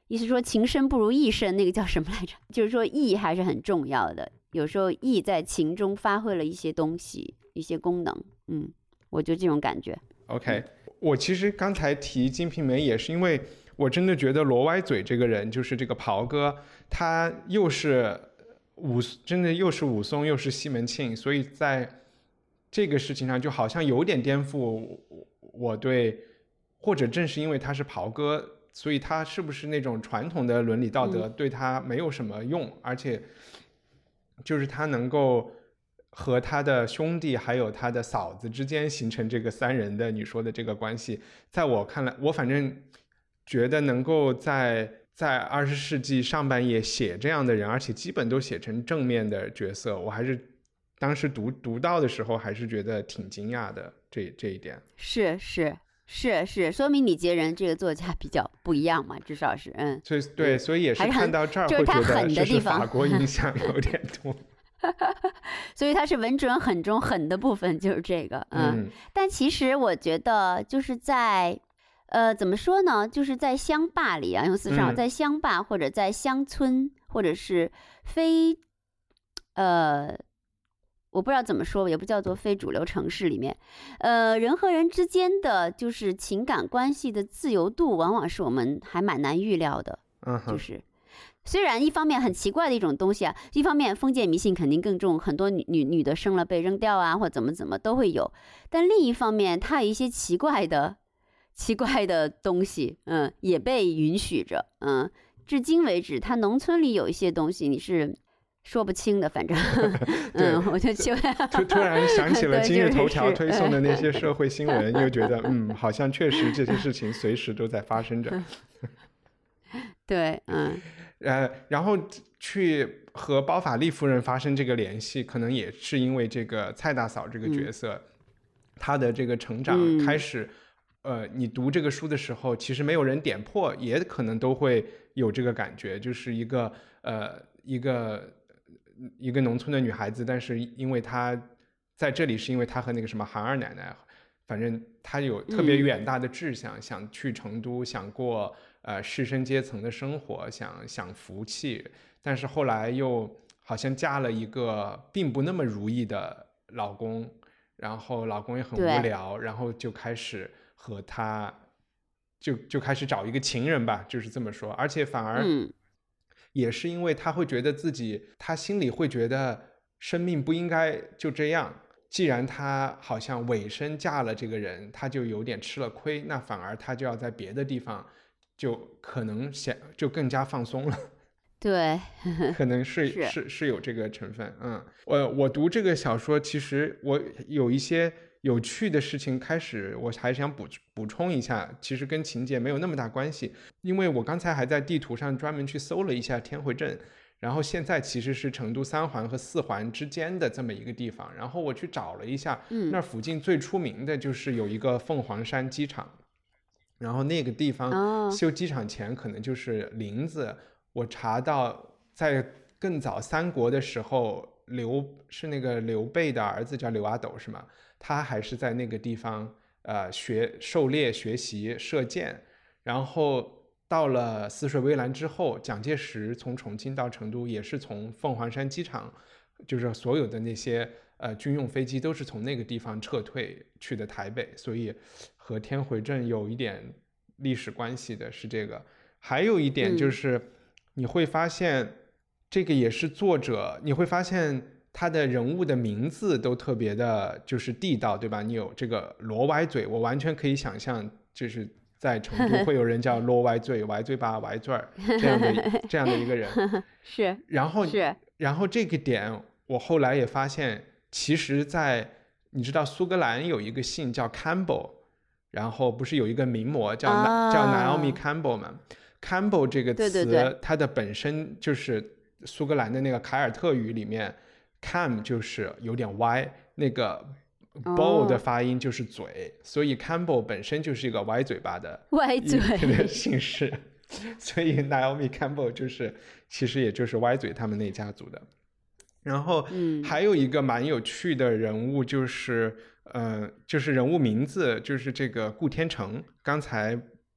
[SPEAKER 4] 意思说情深不如意深，那个叫什么来着？就是说意还是很重要的，有时候意在情中发挥了一些东西，一些功能。嗯，我就这种感觉。
[SPEAKER 2] OK， 我其实刚才提《金瓶梅》也是因为我真的觉得罗歪嘴这个人，就是这个袍哥，他又是武，真的又是武松又是西门庆，所以在这个事情上就好像有点颠覆我对，或者正是因为他是袍哥，所以他是不是那种传统的伦理道德对他没有什么用，嗯、而且就是他能够和他的兄弟还有他的嫂子之间形成这个三人的你说的这个关系，在我看来，我反正觉得能够在在二十世纪上半叶写这样的人，而且基本都写成正面的角色，我还是当时读读到的时候还是觉得挺惊讶的，这这一点
[SPEAKER 4] 是是是是，说明李杰仁这个作家比较不一样嘛，至少是嗯，
[SPEAKER 2] 所以对，所以也是看到这儿会觉得这是法国影响有点多。
[SPEAKER 4] 所以他是稳准狠中狠的部分就是这个，嗯，嗯但其实我觉得就是在，呃，怎么说呢？就是在乡坝里啊，用四少，在乡坝或者在乡村，或者是非，呃，我不知道怎么说，也不叫做非主流城市里面，呃，人和人之间的就是情感关系的自由度，往往是我们还蛮难预料的，
[SPEAKER 2] 嗯，
[SPEAKER 4] 就是。虽然一方面很奇怪的一种东西啊，一方面封建迷信肯定更重，很多女女女的生了被扔掉啊，或怎么怎么都会有。但另一方面，它有一些奇怪的、奇怪的东西，嗯，也被允许着，嗯，至今为止，它农村里有一些东西你是说不清的，反正，嗯，我就就
[SPEAKER 2] 突突然想起了今日头条推送的那些社会新闻，又觉得嗯，好像确实这些事情随时都在发生着。
[SPEAKER 4] 对，嗯。
[SPEAKER 2] 呃，然后去和包法利夫人发生这个联系，可能也是因为这个蔡大嫂这个角色，嗯、她的这个成长开始，嗯、呃，你读这个书的时候，其实没有人点破，也可能都会有这个感觉，就是一个呃一个一个农村的女孩子，但是因为她在这里是因为她和那个什么韩二奶奶，反正她有特别远大的志向，嗯、想去成都，想过。呃，士绅阶层的生活，想享福气，但是后来又好像嫁了一个并不那么如意的老公，然后老公也很无聊，然后就开始和他就就开始找一个情人吧，就是这么说，而且反而也是因为他会觉得自己，他心里会觉得生命不应该就这样，既然他好像委身嫁了这个人，他就有点吃了亏，那反而他就要在别的地方。就可能想就更加放松了，
[SPEAKER 4] 对，
[SPEAKER 2] 可能是是 是, 是有这个成分，嗯，我我读这个小说，其实我有一些有趣的事情，开始我还想补补充一下，其实跟情节没有那么大关系，因为我刚才还在地图上专门去搜了一下天回镇，然后现在其实是成都三环和四环之间的这么一个地方，然后我去找了一下，嗯，那附近最出名的就是有一个凤凰山机场。然后那个地方修机场前可能就是林子， oh. 我查到在更早三国的时候，刘是那个刘备的儿子叫刘阿斗是吗？他还是在那个地方呃学狩猎学习射箭，然后到了泗水微澜之后，蒋介石从重庆到成都也是从凤凰山机场，就是所有的那些呃军用飞机都是从那个地方撤退去的台北，所以和天回镇有一点历史关系的是这个。还有一点就是你会发现这个也是作者，你会发现他的人物的名字都特别的就是地道，对吧？你有这个罗歪嘴，我完全可以想象就是在成都会有人叫罗歪嘴歪嘴巴歪嘴这样的这样的一个人
[SPEAKER 4] 是，
[SPEAKER 2] 然后
[SPEAKER 4] 是
[SPEAKER 2] 然后这个点我后来也发现，其实在你知道苏格兰有一个姓叫 Campbell， 然后不是有一个名模叫、啊、叫 Naomi Campbell 吗？ Campbell 这个词
[SPEAKER 4] 对对对，
[SPEAKER 2] 它的本身就是苏格兰的那个凯尔特语里面 Cam 就是有点歪，那个 Bow 的发音就是嘴、哦、所以 Campbell 本身就是一个歪嘴巴的
[SPEAKER 4] 歪嘴
[SPEAKER 2] 的姓氏，所以 Naomi Campbell 就是其实也就是歪嘴他们那家族的。然后还有一个蛮有趣的人物就是、嗯、呃，就是人物名字就是这个顾天成，刚才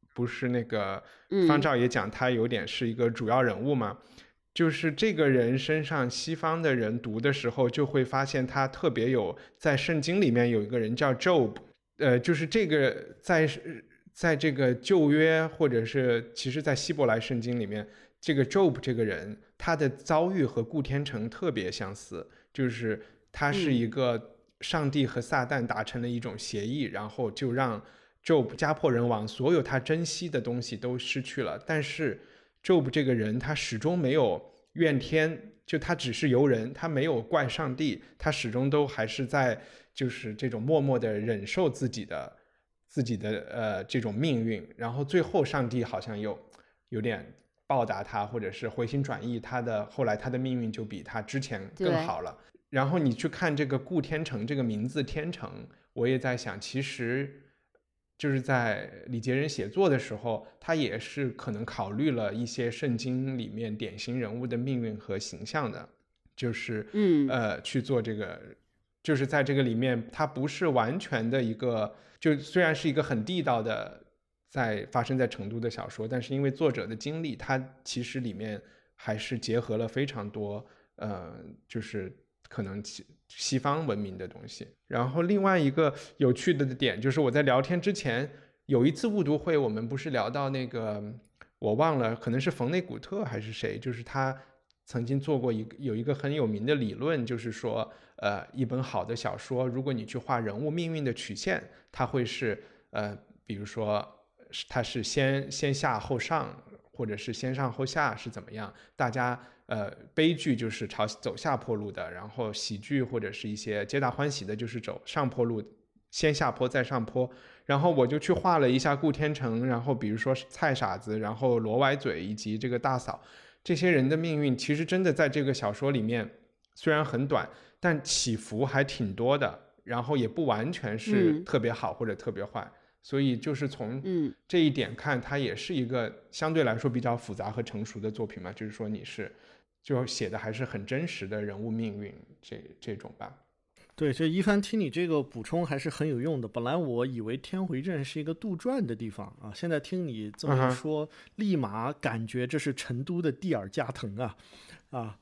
[SPEAKER 2] 不是那个
[SPEAKER 4] 嗯
[SPEAKER 2] 方照也讲他有点是一个主要人物嘛，就是这个人身上西方的人读的时候就会发现他特别有，在圣经里面有一个人叫 Job， 呃，就是这个在在这个旧约或者是其实在希伯来圣经里面，这个 Job 这个人他的遭遇和顾天成特别相似，就是他是一个上帝和撒旦达成了一种协议，然后就让 Job 家破人亡，所有他珍惜的东西都失去了，但是 Job 这个人他始终没有怨天，就他只是游人，他没有怪上帝，他始终都还是在就是这种默默的忍受自己的自己的呃这种命运，然后最后上帝好像有有点报答他，或者是回心转意，他的后来他的命运就比他之前更好了。然后你去看这个顾天成这个名字天成，我也在想，其实就是在李杰仁写作的时候，他也是可能考虑了一些圣经里面典型人物的命运和形象的，就是
[SPEAKER 4] 嗯
[SPEAKER 2] 呃去做这个，就是在这个里面，它不是完全的一个，就虽然是一个很地道的在发生在成都的小说，但是因为作者的经历，它其实里面还是结合了非常多呃就是可能西方文明的东西。然后另外一个有趣的点就是我在聊天之前有一次误读会，我们不是聊到那个我忘了，可能是冯内古特还是谁，就是他曾经做过一个有一个很有名的理论，就是说呃一本好的小说，如果你去画人物命运的曲线，它会是呃比如说它是先先下后上，或者是先上后下是怎么样，大家呃，悲剧就是朝走下坡路的，然后喜剧或者是一些皆大欢喜的，就是走上坡路，先下坡再上坡。然后我就去画了一下顾天成，然后比如说菜傻子，然后罗歪嘴以及这个大嫂，这些人的命运其实真的在这个小说里面虽然很短，但起伏还挺多的，然后也不完全是特别好或者特别坏。嗯，所以就是从这一点看，它也是一个相对来说比较复杂和成熟的作品嘛，就是说你是就写的还是很真实的人物命运这这种吧。
[SPEAKER 3] 对，这一帆听你这个补充还是很有用的。本来我以为天回镇是一个杜撰的地方啊，现在听你这么一说，嗯，立马感觉这是成都的蒂尔加藤啊啊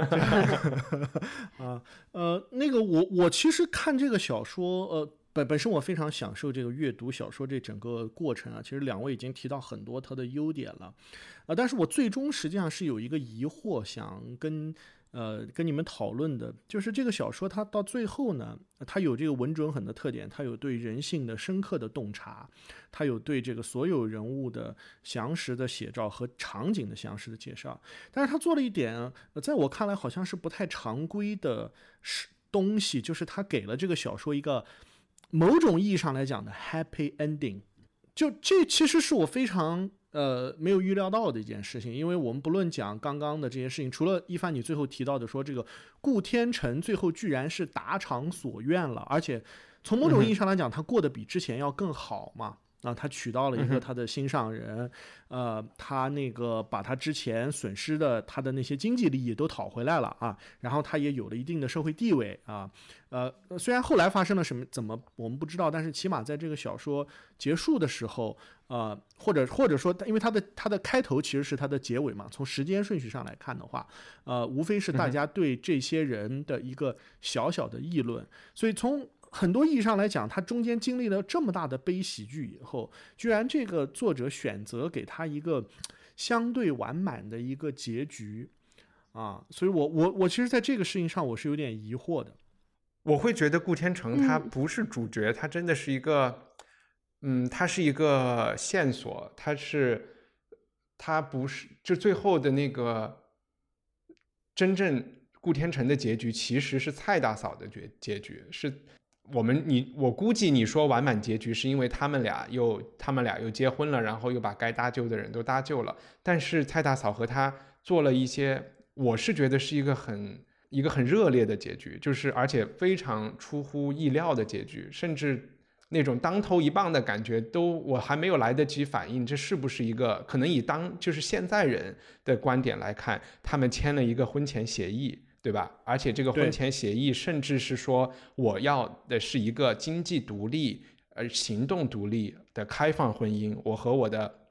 [SPEAKER 3] 啊呃，那个我我其实看这个小说，呃。本本身我非常享受这个阅读小说这整个过程啊，其实两位已经提到很多它的优点了，呃，但是我最终实际上是有一个疑惑想跟呃跟你们讨论的，就是这个小说它到最后呢，它有这个稳准狠的特点，它有对人性的深刻的洞察，它有对这个所有人物的详实的写照和场景的详实的介绍，但是它做了一点，呃、在我看来好像是不太常规的东西，就是它给了这个小说一个某种意义上来讲的 happy ending， 就这其实是我非常呃没有预料到的一件事情，因为我们不论讲刚刚的这些事情，除了一帆你最后提到的说这个顾天成最后居然是达偿所愿了，而且从某种意义上来讲，他过得比之前要更好嘛。啊，他娶到了一个他的心上人，呃，他那个把他之前损失的他的那些经济利益都讨回来了啊，然后他也有了一定的社会地位啊，呃，虽然后来发生了什么怎么我们不知道，但是起码在这个小说结束的时候，呃，或者或者说，因为它的它的开头其实是它的结尾嘛，从时间顺序上来看的话，呃，无非是大家对这些人的一个小小的议论，所以从很多意义上来讲，他中间经历了这么大的悲喜剧以后，居然这个作者选择给他一个相对完满的一个结局啊，所以我我我其实在这个事情上我是有点疑惑的。
[SPEAKER 2] 我会觉得顾天成他不是主角，嗯，他真的是一个嗯他是一个线索，他是他不是就最后的那个真正顾天成的结局其实是蔡大嫂的结结局，是我们你我估计你说完满结局是因为他们俩又他们俩又结婚了，然后又把该搭救的人都搭救了，但是蔡大嫂和他做了一些，我是觉得是一个很一个很热烈的结局，就是而且非常出乎意料的结局，甚至那种当头一棒的感觉都我还没有来得及反应这是不是一个可能以当就是现在人的观点来看，他们签了一个婚前协议，对吧？而且这个婚前协议甚至是说我要的是一个经济独立而行动独立的开放婚姻，我和我的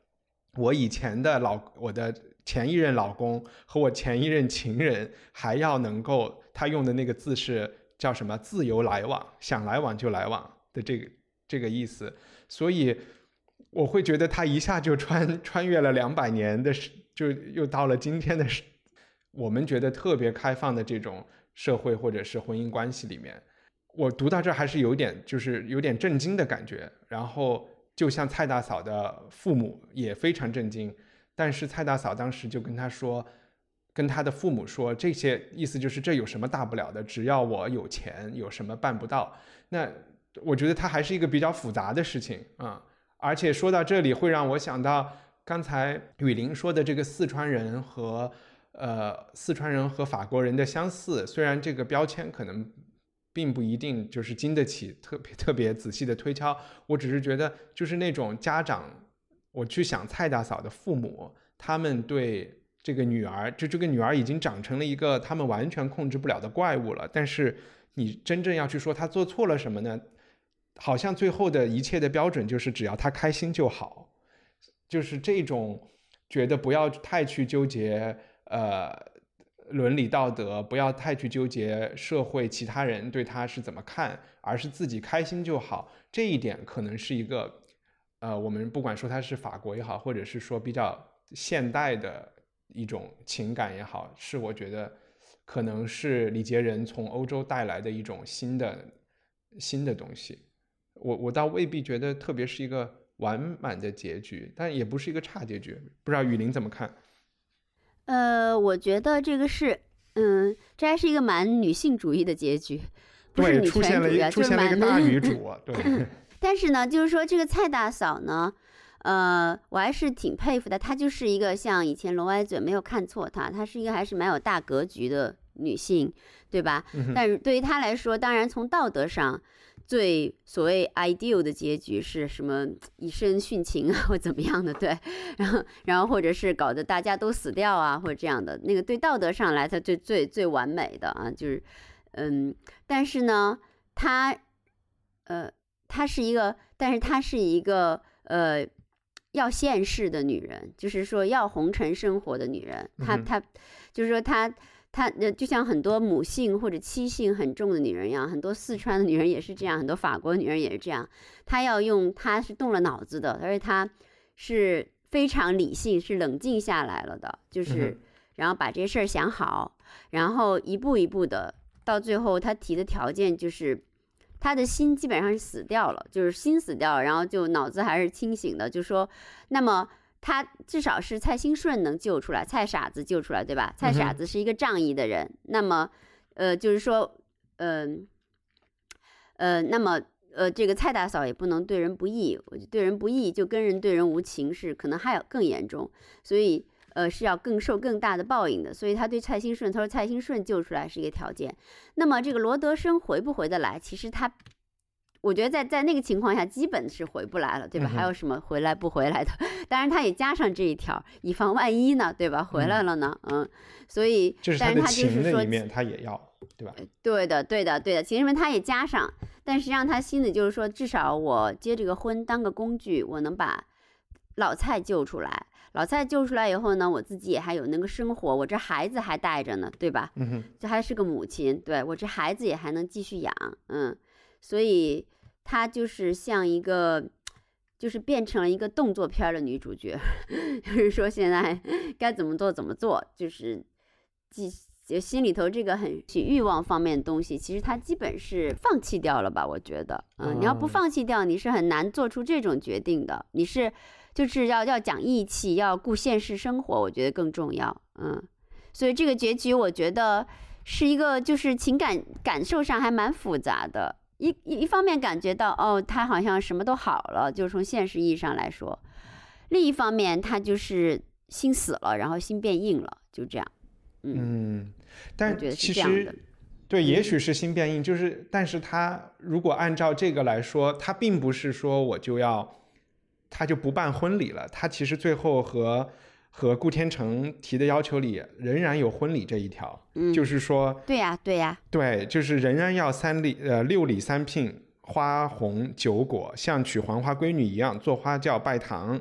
[SPEAKER 2] 我以前的老我的前一任老公和我前一任情人还要能够，他用的那个字是叫什么自由来往，想来往就来往的这个这个意思，所以我会觉得他一下就穿穿越了两百年的，就又到了今天的我们觉得特别开放的这种社会或者是婚姻关系里面。我读到这还是有点就是有点震惊的感觉，然后就像蔡大嫂的父母也非常震惊，但是蔡大嫂当时就跟他说，跟他的父母说，这些意思就是这有什么大不了的，只要我有钱，有什么办不到。那我觉得它还是一个比较复杂的事情啊、嗯。而且说到这里会让我想到刚才雨林说的这个四川人和呃四川人和法国人的相似，虽然这个标签可能并不一定就是经得起特别特别仔细的推敲，我只是觉得就是那种家长，我去想蔡大嫂的父母，他们对这个女儿，就这个女儿已经长成了一个他们完全控制不了的怪物了，但是你真正要去说她做错了什么呢？好像最后的一切的标准就是只要她开心就好，就是这种觉得不要太去纠结呃伦理道德，不要太去纠结社会其他人对他是怎么看，而是自己开心就好。这一点可能是一个呃，我们不管说它是法国也好，或者是说比较现代的一种情感也好，是我觉得可能是李杰仁从欧洲带来的一种新的新的东西。我我倒未必觉得特别是一个完满的结局，但也不是一个差结局。不知道雨林怎么看？
[SPEAKER 4] 呃，我觉得这个是，嗯，这还是一个蛮女性主义的结局，不是女权主义啊，
[SPEAKER 2] 出现了一个大女主，对。
[SPEAKER 4] 但是呢，就是说这个蔡大嫂呢，呃，我还是挺佩服的。她就是一个像以前龙歪嘴没有看错她，她是一个还是蛮有大格局的女性，对吧？嗯、但是对于她来说，当然从道德上，最所谓 ideal 的结局是什么？以身殉情啊，或怎么样的？对，然后然后或者是搞得大家都死掉啊，或者这样的那个对道德上来，它最最最完美的啊，就是嗯，但是呢，她呃，她是一个，但是她是一个呃要现世的女人，就是说要红尘生活的女人，她她就是说她。她就像很多母性或者妻性很重的女人一样，很多四川的女人也是这样，很多法国女人也是这样。她要用，她是动了脑子的，而且她是非常理性，是冷静下来了的，就是然后把这些事儿想好，然后一步一步的，到最后她提的条件就是她的心基本上是死掉了，就是心死掉了，然后就脑子还是清醒的，就说那么。他至少是蔡兴顺能救出来，蔡傻子救出来，对吧？蔡傻子是一个仗义的人，嗯、那么，呃，就是说，嗯、呃，呃，那么，呃，这个蔡大嫂也不能对人不义，对人不义就跟人对人无情是可能还有更严重，所以，呃，是要更受更大的报应的。所以他对蔡兴顺，他说蔡兴顺救出来是一个条件。那么这个罗德生回不回得来？其实他。我觉得在在那个情况下，基本是回不来了，对吧？嗯、还有什么回来不回来的？当然，他也加上这一条，以防万一呢，对吧？回来了呢，嗯，嗯所以，
[SPEAKER 2] 这是
[SPEAKER 4] 但是他就是说，
[SPEAKER 2] 一面他也要，对吧？
[SPEAKER 4] 对的，对的，对的。情人们他也加上，但实际上他心里就是说，至少我结这个婚当个工具，我能把老蔡救出来。老蔡救出来以后呢，我自己也还有那个生活，我这孩子还带着呢，对吧？
[SPEAKER 2] 嗯哼，
[SPEAKER 4] 这还是个母亲，对我这孩子也还能继续养，嗯。所以她就是像一个，就是变成了一个动作片的女主角，就是说现在该怎么做怎么做，就是就心里头这个很欲望方面的东西，其实她基本是放弃掉了吧？我觉得，嗯，你要不放弃掉，你是很难做出这种决定的。你是就是要要讲义气，要顾现实生活，我觉得更重要，嗯。所以这个结局，我觉得是一个就是情感感受上还蛮复杂的。一一方面感觉到哦，他好像什么都好了，就是从现实意义上来说；另一方面，他就是心死了，然后心变硬了，就这样。嗯，
[SPEAKER 2] 嗯但其实对，也许是心变硬，就是但是他如果按照这个来说，他并不是说我就要他就不办婚礼了，他其实最后和。和顾天成提的要求里仍然有婚礼这一条，嗯，就是说，
[SPEAKER 4] 对呀、啊，对呀、啊，
[SPEAKER 2] 对，就是仍然要三礼呃六礼三聘，花红酒果，像娶黄花闺女一样做花轿拜堂，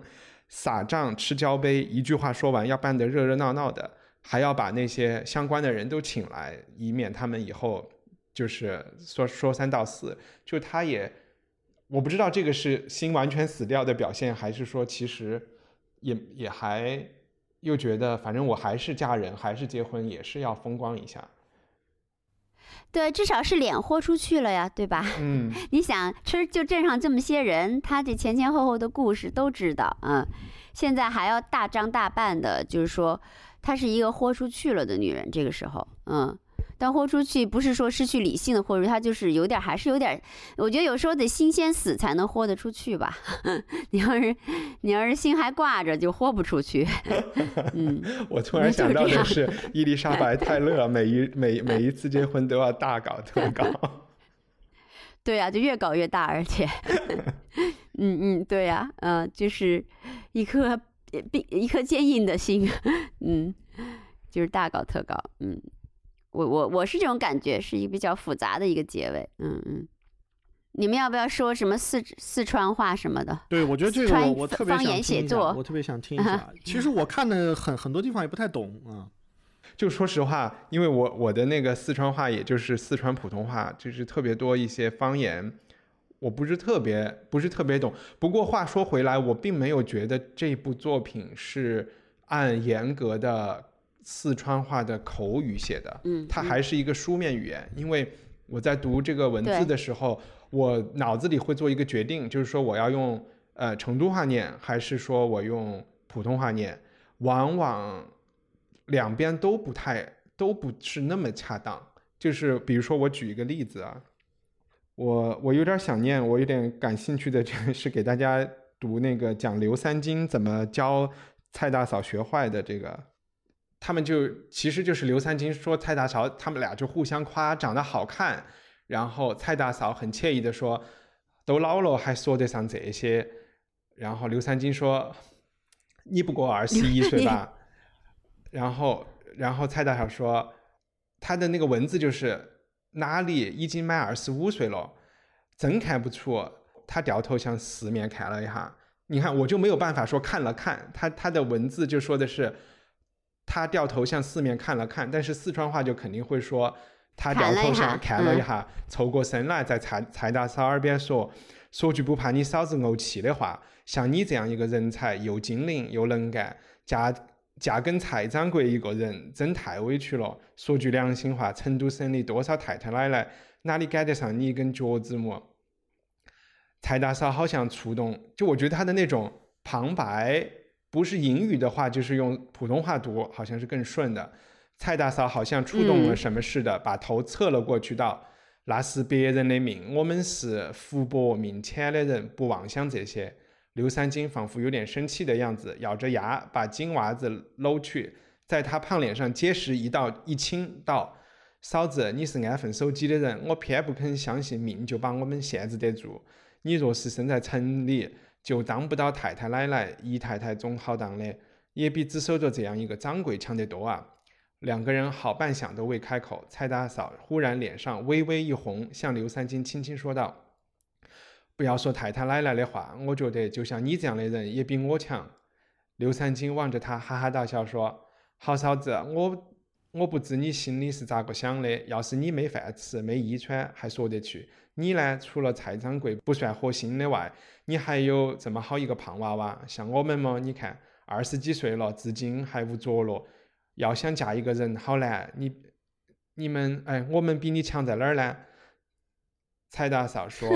[SPEAKER 2] 撒账吃交杯，一句话说完要办得热热闹闹的，还要把那些相关的人都请来，以免他们以后就是说说三道四。就他也我不知道这个是心完全死掉的表现，还是说其实也也还又觉得反正我还是嫁人还是结婚也是要风光一下。
[SPEAKER 4] 对，至少是脸豁出去了呀，对吧？
[SPEAKER 2] 嗯，
[SPEAKER 4] 你想，其实就镇上这么些人，他这前前后后的故事都知道，嗯，现在还要大张大办的，就是说，她是一个豁出去了的女人，这个时候，嗯，但豁出去不是说失去理性的豁出去，她就是有点，还是有点，我觉得有时候得心先死才能豁得出去吧。你要是你要是心还挂着，就豁不出去。嗯，
[SPEAKER 2] 我突然想到的是伊丽莎白泰勒每一每每一次结婚都要大搞特搞。
[SPEAKER 4] 对呀、啊，就越搞越大，而且，嗯嗯，对呀、啊，嗯、呃，就是一颗一颗坚硬的心，嗯，就是大搞特搞，嗯。我我我是这种感觉，是一个比较复杂的一个结尾，嗯嗯。你们要不要说什么四四川话什么的？
[SPEAKER 3] 对，我觉得这个我我特别想
[SPEAKER 4] 方言写作，
[SPEAKER 3] 我特别想听一下。其实我看的很很多地方也不太懂啊。
[SPEAKER 2] 就说实话，因为我我的那个四川话，也就是四川普通话，就是特别多一些方言，我不是特别不是特别懂。不过话说回来，我并没有觉得这部作品是按严格的四川话的口语写的，
[SPEAKER 4] 嗯，
[SPEAKER 2] 它还是一个书面语言。因为我在读这个文字的时候，我脑子里会做一个决定，就是说我要用呃成都话念，还是说我用普通话念，往往两边都不太都不是那么恰当。就是比如说我举一个例子啊，我我有点想念，我有点感兴趣的是给大家读那个讲刘三金怎么教蔡大嫂学坏的这个。他们就其实就是刘三金说蔡大嫂，他们俩就互相夸长得好看，然后蔡大嫂很惬意的说都老了还说得上这些，然后刘三金说你不过二十一岁吧。然后然后蔡大嫂说他的那个文字就是哪里已经满二十五岁了，真看不出。他掉头向四面看了一下，你看我就没有办法说看了看，他他的文字就说的是他掉头向四面看了看，但是四川话就肯定会说他掉头向看了一下，凑过身来在蔡蔡大嫂耳边说说句不怕你嫂子怄气的话，像你这样一个人才，又精灵又能干，嫁嫁跟蔡掌柜一个人真太委屈了。说句良心话，成都省里多少太太奶奶哪里赶得上你一根脚趾模。蔡大嫂好像触动，就我觉得他的那种旁白不是英语的话，就是用普通话读好像是更顺的。蔡大嫂好像触动了什么似的，嗯、把头侧了过去道，那是别人的命，我们是福薄命浅的人，不妄想这些。刘三金仿佛有点生气的样子，咬着牙把金袜子搂去，在他胖脸上结实一道一亲道，嫂子，你是安分守己的人，我偏不肯相信命就把我们限制得住。你若是生在城里，就当不到太太奶奶，姨太太总好当的，也比只守着这样一个掌柜强得多啊。两个人好半晌都未开口，蔡大嫂忽然脸上微微一红，向刘三金轻轻说道，不要说太太奶奶的话，我觉得就像你这样的人也比我强。刘三金望着他哈哈大笑说，好嫂子，我我不知你心里是咋个想的，要是你没饭吃没衣穿还说得去，你呢除了蔡掌柜不算合心的外，你还有这么好一个胖娃娃。像我们嘛，你看二十几岁了，至今还无着落，要想嫁一个人好难。你你们哎，我们比你强在哪儿呢？蔡大嫂说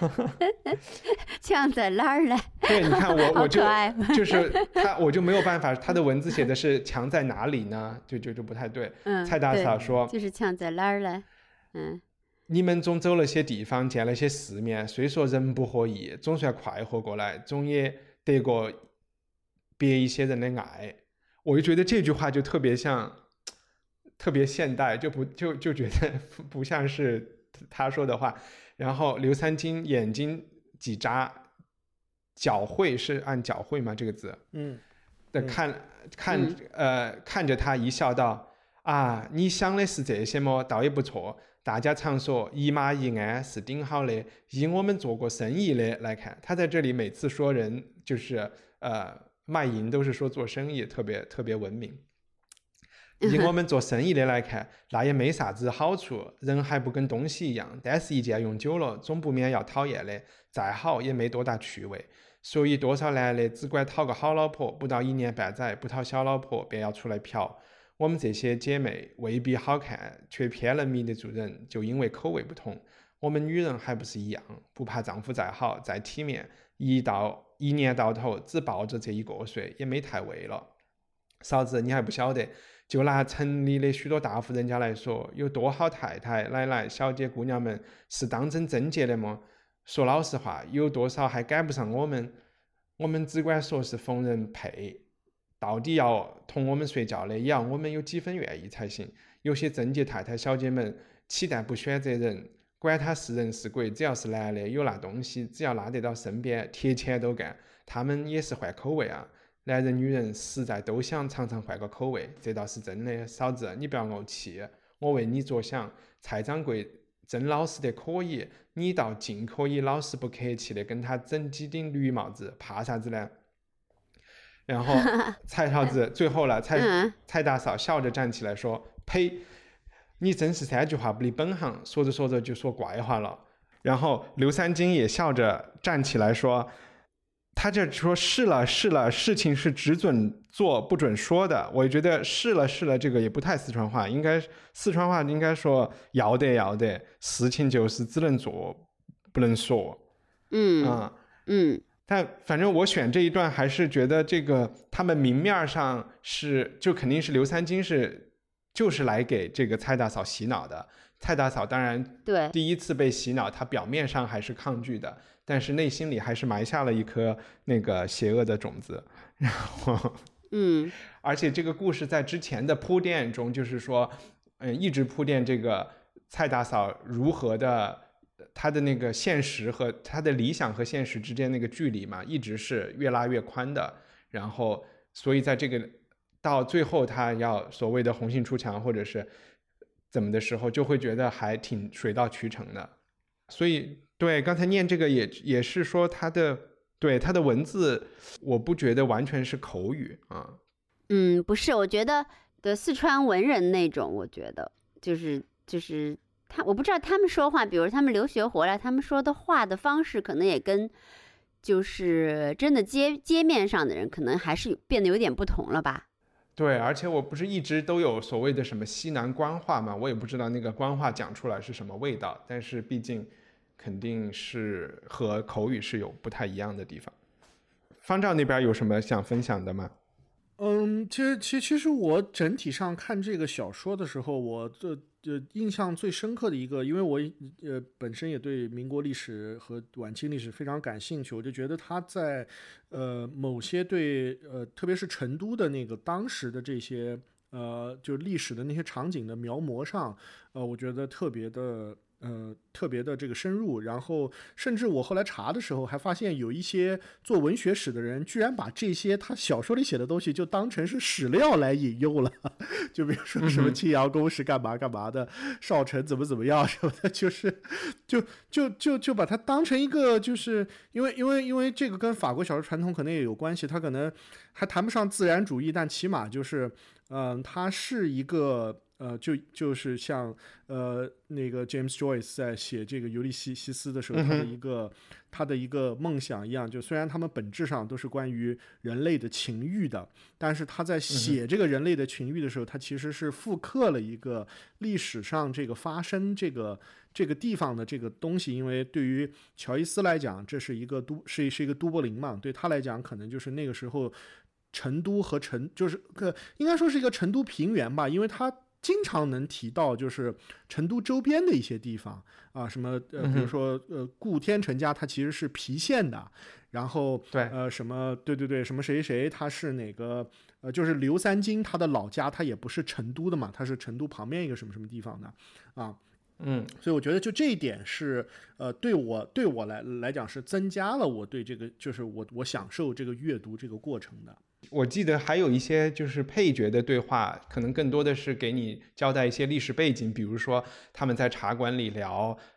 [SPEAKER 4] 强在哪儿呢？
[SPEAKER 2] 对，你看我我就就是他，我就没有办法，他的文字写的是强在哪里呢？就就就不太对。
[SPEAKER 4] 嗯，
[SPEAKER 2] 蔡大嫂说
[SPEAKER 4] 就是强在哪儿呢？嗯，
[SPEAKER 2] 你们总走了些地方，见了些世面，虽说人不合意，总算快活过来，总也得过别一些人的爱。我就觉得这句话就特别像，特别现代，就不就就觉得不像是他说的话。然后刘三金眼睛几眨，狡慧是按狡慧吗？这个字，
[SPEAKER 3] 嗯，
[SPEAKER 2] 的看、嗯、看、
[SPEAKER 4] 嗯、
[SPEAKER 2] 呃看着他一笑道：“啊，你想的是这些么？倒也不错。大家常说一马一鞍是顶好的，以我们做过生意的来看，他在这里每次说人就是呃卖淫都是说做生意特别特别文明。以我们做生意的来看，那也没啥子好处，人还不跟东西一样，但是一件用久了总不免要讨厌的，再好也没多大趣味。所以多少男的只管讨个好老婆，不到一年半载不讨小老婆便要出来嫖。我们这些姐妹未必好看，却偏能迷得住人，就因为口味不同。我们女人还不是一样，不怕丈夫再好再体面，一到一年到头只抱着这一个睡，也没太味了。嫂子，你还不晓得，就拿城里的许多大户人家来说，有多少太太奶奶小姐姑娘们是当真贞洁的吗？说老实话，有多少还赶不上我们？我们只管说是逢人配，到底要同我们睡觉的，也要我们有几分愿意才行。有些贞洁太太小姐们岂但不选择人，管他是人是鬼，只要是男的有那东西，只要拉得到身边，贴钱都干。他们也是换口味啊，男人女人实在都想常常换个口味，这倒是真的。嫂子，你不要怄气，我为你着想。蔡掌柜真老实得可以，你倒尽可以老实不客气的跟他整几顶绿帽子，怕啥子呢？然后蔡嫂子最后了，蔡蔡大嫂笑着站起来说：“呸！你真是三句话不离本行。”说着说着就说怪话了。然后刘三金也笑着站起来说：“他这说是了是了，事情是只准做不准说的。”我觉得是了是了这个也不太四川话，应该四川话应该说要得要得，事情就是只能做不能说。
[SPEAKER 4] 嗯
[SPEAKER 2] 啊
[SPEAKER 4] 嗯。
[SPEAKER 2] 但反正我选这一段还是觉得这个他们明面上是就肯定是刘三金是就是来给这个蔡大嫂洗脑的。蔡大嫂当然
[SPEAKER 4] 对
[SPEAKER 2] 第一次被洗脑，她表面上还是抗拒的，但是内心里还是埋下了一颗那个邪恶的种子。然后
[SPEAKER 4] 嗯，
[SPEAKER 2] 而且这个故事在之前的铺垫中就是说嗯，一直铺垫这个蔡大嫂如何的他的那个现实和他的理想和现实之间那个距离嘛，一直是越拉越宽的。然后，所以在这个到最后他要所谓的红杏出墙或者是怎么的时候，就会觉得还挺水到渠成的。所以，对刚才念这个也也是说他的对他的文字，我不觉得完全是口语啊。
[SPEAKER 4] 嗯，不是，我觉得的四川文人那种，我觉得就是就是。他我不知道他们说话，比如他们留学回来，他们说的话的方式可能也跟就是真的街街面上的人可能还是变得有点不同了吧。
[SPEAKER 2] 对，而且我不是一直都有所谓的什么西南官话嘛，我也不知道那个官话讲出来是什么味道，但是毕竟肯定是和口语是有不太一样的地方。方丈那边有什么想分享的吗？
[SPEAKER 3] 嗯，其实其实其实我整体上看这个小说的时候，我这呃印象最深刻的一个，因为我呃本身也对民国历史和晚清历史非常感兴趣，我就觉得他在呃某些对呃特别是成都的那个当时的这些呃就历史的那些场景的描摹上，呃我觉得特别的。呃，特别的这个深入，然后甚至我后来查的时候还发现有一些做文学史的人居然把这些他小说里写的东西就当成是史料来引用了，就比如说什么青阳宫是干嘛干嘛的，少城怎么怎么样什么的，就是就就就就把它当成一个，就是因为因为因为这个跟法国小说传统可能也有关系，它可能还谈不上自然主义，但起码就是嗯、呃，它是一个。呃，就就是像呃那个 James Joyce 在写这个尤利西西斯的时候，他的一个、嗯、他的一个梦想一样，就虽然他们本质上都是关于人类的情欲的，但是他在写这个人类的情欲的时候，他其实是复刻了一个历史上这个发生这个这个地方的这个东西，因为对于乔伊斯来讲，这是一个都是是一个都柏林嘛，对他来讲，可能就是那个时候成都和成就是个应该说是一个成都平原吧，因为他。经常能提到就是成都周边的一些地方啊，什么呃，比如说呃，顾天成家他其实是郫县的，然后
[SPEAKER 2] 对
[SPEAKER 3] 呃什么对对对，什么谁谁他是哪个呃，就是刘三金他的老家他也不是成都的嘛，他是成都旁边一个什么什么地方的啊，
[SPEAKER 2] 嗯，
[SPEAKER 3] 所以我觉得就这一点是呃，对我对我来来讲是增加了我对这个就是我我享受这个阅读这个过程的。
[SPEAKER 2] 我记得还有一些就是配角的对话，可能更多的是给你交代一些历史背景，比如说他们在茶馆里聊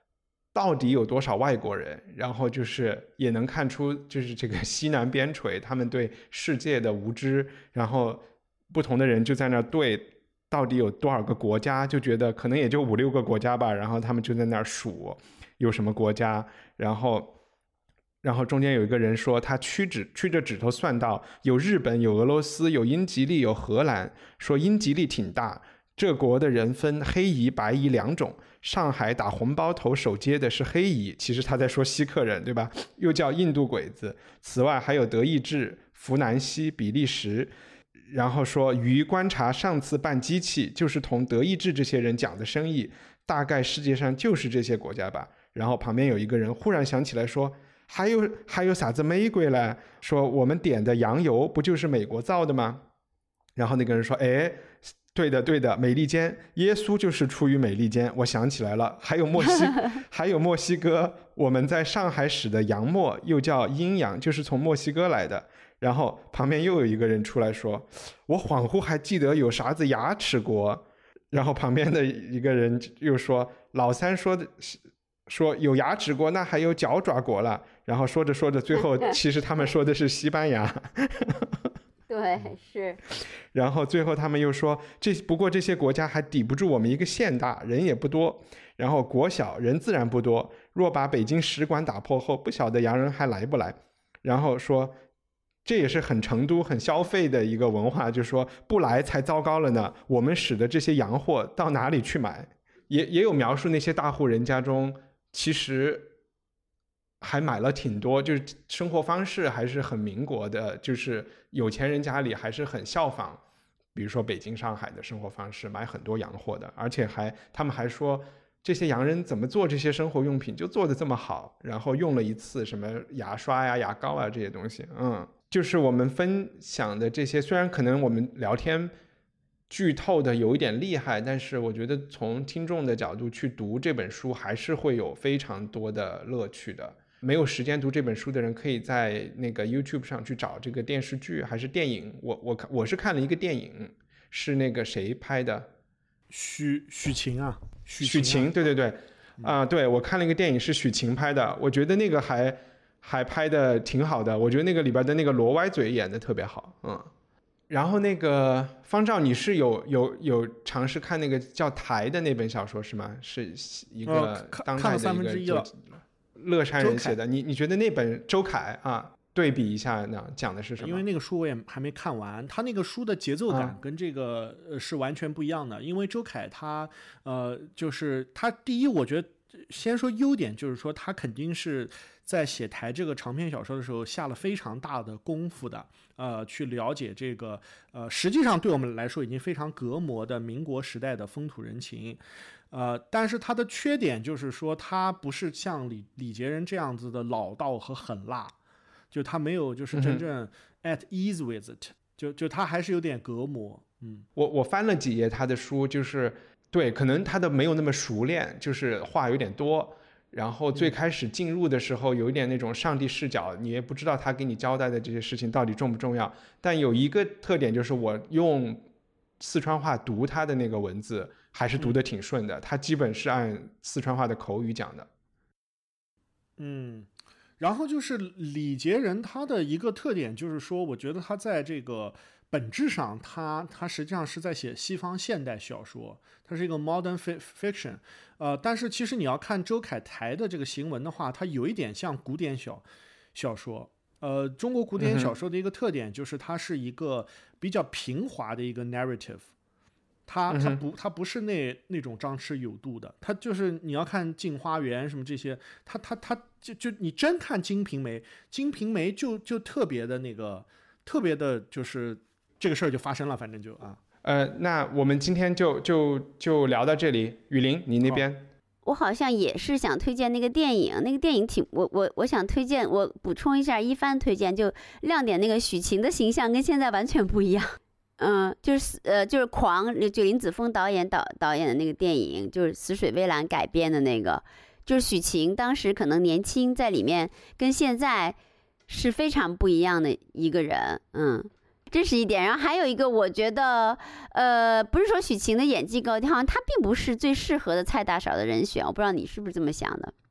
[SPEAKER 2] 到底有多少外国人，然后就是也能看出就是这个西南边陲他们对世界的无知，然后不同的人就在那对到底有多少个国家，就觉得可能也就五六个国家吧，然后他们就在那数有什么国家，然后然后中间有一个人说他屈指屈着指头算到有日本有俄罗斯有英吉利有荷兰，说英吉利挺大，这国的人分黑夷白夷两种，上海打红包头守街的是黑夷，其实他在说锡克人对吧，又叫印度鬼子，此外还有德意志弗南西比利时，然后说于观察上次办机器就是同德意志这些人讲的生意，大概世界上就是这些国家吧。然后旁边有一个人忽然想起来说还有还有啥子玫瑰嘞，说我们点的羊油不就是美国造的吗？然后那个人说哎，对的对的，美利坚，耶稣就是出于美利坚，我想起来了，还有墨西还有墨西哥，我们在上海使的洋墨又叫阴阳，就是从墨西哥来的。然后旁边又有一个人出来说我恍惚还记得有啥子牙齿国，然后旁边的一个人又说老三说的说有牙齿国那还有脚爪国了，然后说着说着最后其实他们说的是西班牙
[SPEAKER 4] 对，是。
[SPEAKER 2] 然后最后他们又说这不过这些国家还抵不住我们一个县大，人也不多，然后国小人自然不多，若把北京使馆打破后不晓得洋人还来不来。然后说这也是很成都很消费的一个文化，就是说不来才糟糕了呢，我们使的这些洋货到哪里去买。也也有描述那些大户人家中其实还买了挺多，就是生活方式还是很民国的，就是有钱人家里还是很效仿比如说北京上海的生活方式，买很多洋货的，而且还他们还说这些洋人怎么做这些生活用品就做得这么好，然后用了一次什么牙刷呀牙膏啊这些东西。嗯，就是我们分享的这些，虽然可能我们聊天剧透的有一点厉害，但是我觉得从听众的角度去读这本书还是会有非常多的乐趣的。没有时间读这本书的人可以在那个 YouTube 上去找这个电视剧还是电影，我我我是看了一个电影，是那个谁拍的，
[SPEAKER 3] 许许晴啊，
[SPEAKER 2] 许晴、啊、许晴对对对啊、呃，对，我看了一个电影是许晴拍的，我觉得那个还还拍的挺好的，我觉得那个里边的那个罗歪嘴演的特别好。嗯，然后那个方丈你是有有有尝试看那个叫台的那本小说是吗？是一个当代的一个乐山人写的，你你觉得那本周凯啊对比一下呢，讲的是什么？
[SPEAKER 3] 因为那个书我也还没看完，他那个书的节奏感跟这个、呃、是完全不一样的。因为周凯他呃就是他第一，我觉得先说优点，就是说他肯定是在写台这个长篇小说的时候下了非常大的功夫的，呃，去了解这个呃实际上对我们来说已经非常隔膜的民国时代的风土人情。呃，但是他的缺点就是说，他不是像李李杰仁这样子的老道和狠辣，就他没有就是真正 at ease with it，、嗯、就就他还是有点隔膜。嗯，
[SPEAKER 2] 我我翻了几页他的书，就是对，可能他的没有那么熟练，就是话有点多，然后最开始进入的时候有一点那种上帝视角，你也不知道他给你交代的这些事情到底重不重要。但有一个特点就是我用四川话读他的那个文字还是读得挺顺的、嗯、他基本是按四川话的口语讲的。
[SPEAKER 3] 嗯，然后就是李杰仁他的一个特点就是说，我觉得他在这个本质上他他实际上是在写西方现代小说，他是一个 modern fiction。 呃，但是其实你要看周凯台的这个行文的话，它有一点像古典小小说。呃，中国古典小说的一个特点就是它是一个比较平滑的一个 narrative， 它它不它不是那那种张弛有度的，它就是你要看《镜花缘》什么这些，它它它就就你真看《金瓶梅》，《金瓶梅就》就就特别的那个特别的，就是这个事儿就发生了，反正就啊。
[SPEAKER 2] 呃，那我们今天就就就聊到这里。雨林，你那边？
[SPEAKER 4] 我好像也是想推荐那个电影，那个电影挺我我我想推荐，我补充一下一帆推荐，就亮点那个许晴的形象跟现在完全不一样。嗯，就是呃就是狂，就林子峰导演导导演的那个电影，就是《死水微澜》改编的那个，就是许晴当时可能年轻，在里面跟现在是非常不一样的一个人。嗯。这是一点，然后还有一个，我觉得，呃，不是说许晴的演技高，好像她并不是最适合的蔡大嫂的人选，我不知道你是不是这么想的。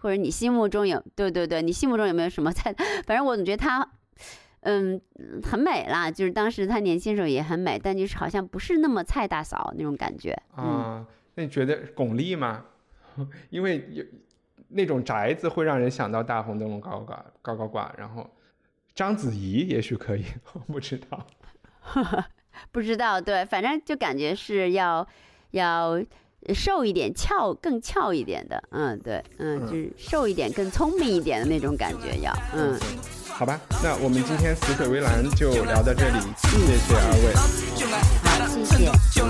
[SPEAKER 4] 或者你心目中有对对对，你心目中有没有什么菜？反正我总觉得她，嗯，很美啦，就是当时她年轻时候也很美，但就是好像不是那么蔡大嫂那种感觉。
[SPEAKER 2] 啊、嗯，那你觉得巩俐吗？因为有那种宅子会让人想到大红灯笼高高挂高高挂，然后章子怡也许可以，我不知道。
[SPEAKER 4] 不知道，对，反正就感觉是要要瘦一点，翘更翘一点的，嗯，对，嗯，就是瘦一点，更聪明一点的那种感觉要，嗯。
[SPEAKER 2] 好吧，那我们今天死水微澜就聊到这里，谢谢二位。
[SPEAKER 4] 好，谢谢。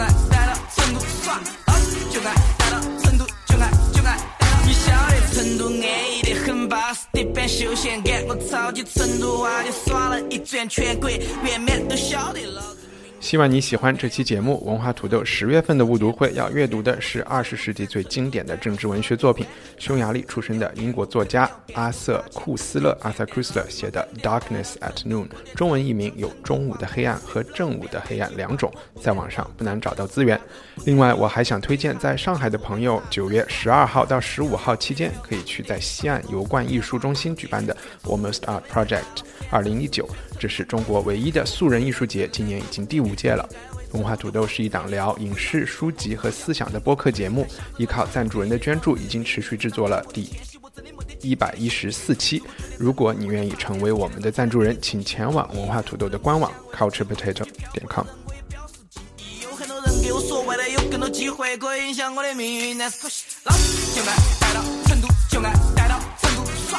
[SPEAKER 5] 你晓得成都安逸的很巴适的版休闲感，我超级成都话就耍了一转全国，远面都晓得了。
[SPEAKER 2] 希望你喜欢这期节目。文化土豆十月份的误读会要阅读的是二十世纪最经典的政治文学作品，匈牙利出生的英国作家阿瑟库斯勒 Arthur Koestler 写的 Darkness at Noon， 中文译名有中午的黑暗和正午的黑暗两种，在网上不难找到资源。另外我还想推荐在上海的朋友，九月十二号到十五号期间可以去在西岸油罐艺术中心举办的 Almost Art Project 二零一九，这是中国唯一的素人艺术节，今年已经第五届了。文化土豆是一档聊影视、书籍和思想的播客节目，依靠赞助人的捐助，已经持续制作了第一百一十四期。如果你愿意成为我们的赞助人，请前往文化土豆的官网 culture potato 点 com。
[SPEAKER 5] 有很多人给我说未来有更多机会可以影响我的命运，但是可惜老子就爱带到成都，就爱带到成都耍。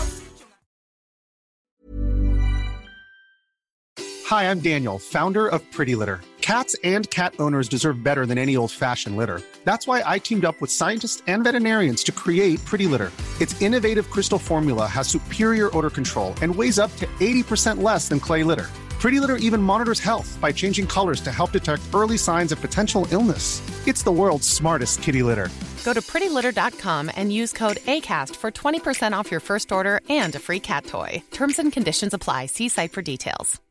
[SPEAKER 6] Hi, I'm Daniel, founder of Pretty Litter. Cats and cat owners deserve better than any old-fashioned litter. That's why I teamed up with scientists and veterinarians to create Pretty Litter. Its innovative crystal formula has superior odor control and weighs up to eighty percent less than clay litter. Pretty Litter even monitors health by changing colors to help detect early signs of potential illness. It's the world's smartest kitty litter.
[SPEAKER 7] Go to pretty litter dot com and use code ACAST for twenty percent off your first order and a free cat toy. Terms and conditions apply. See site for details.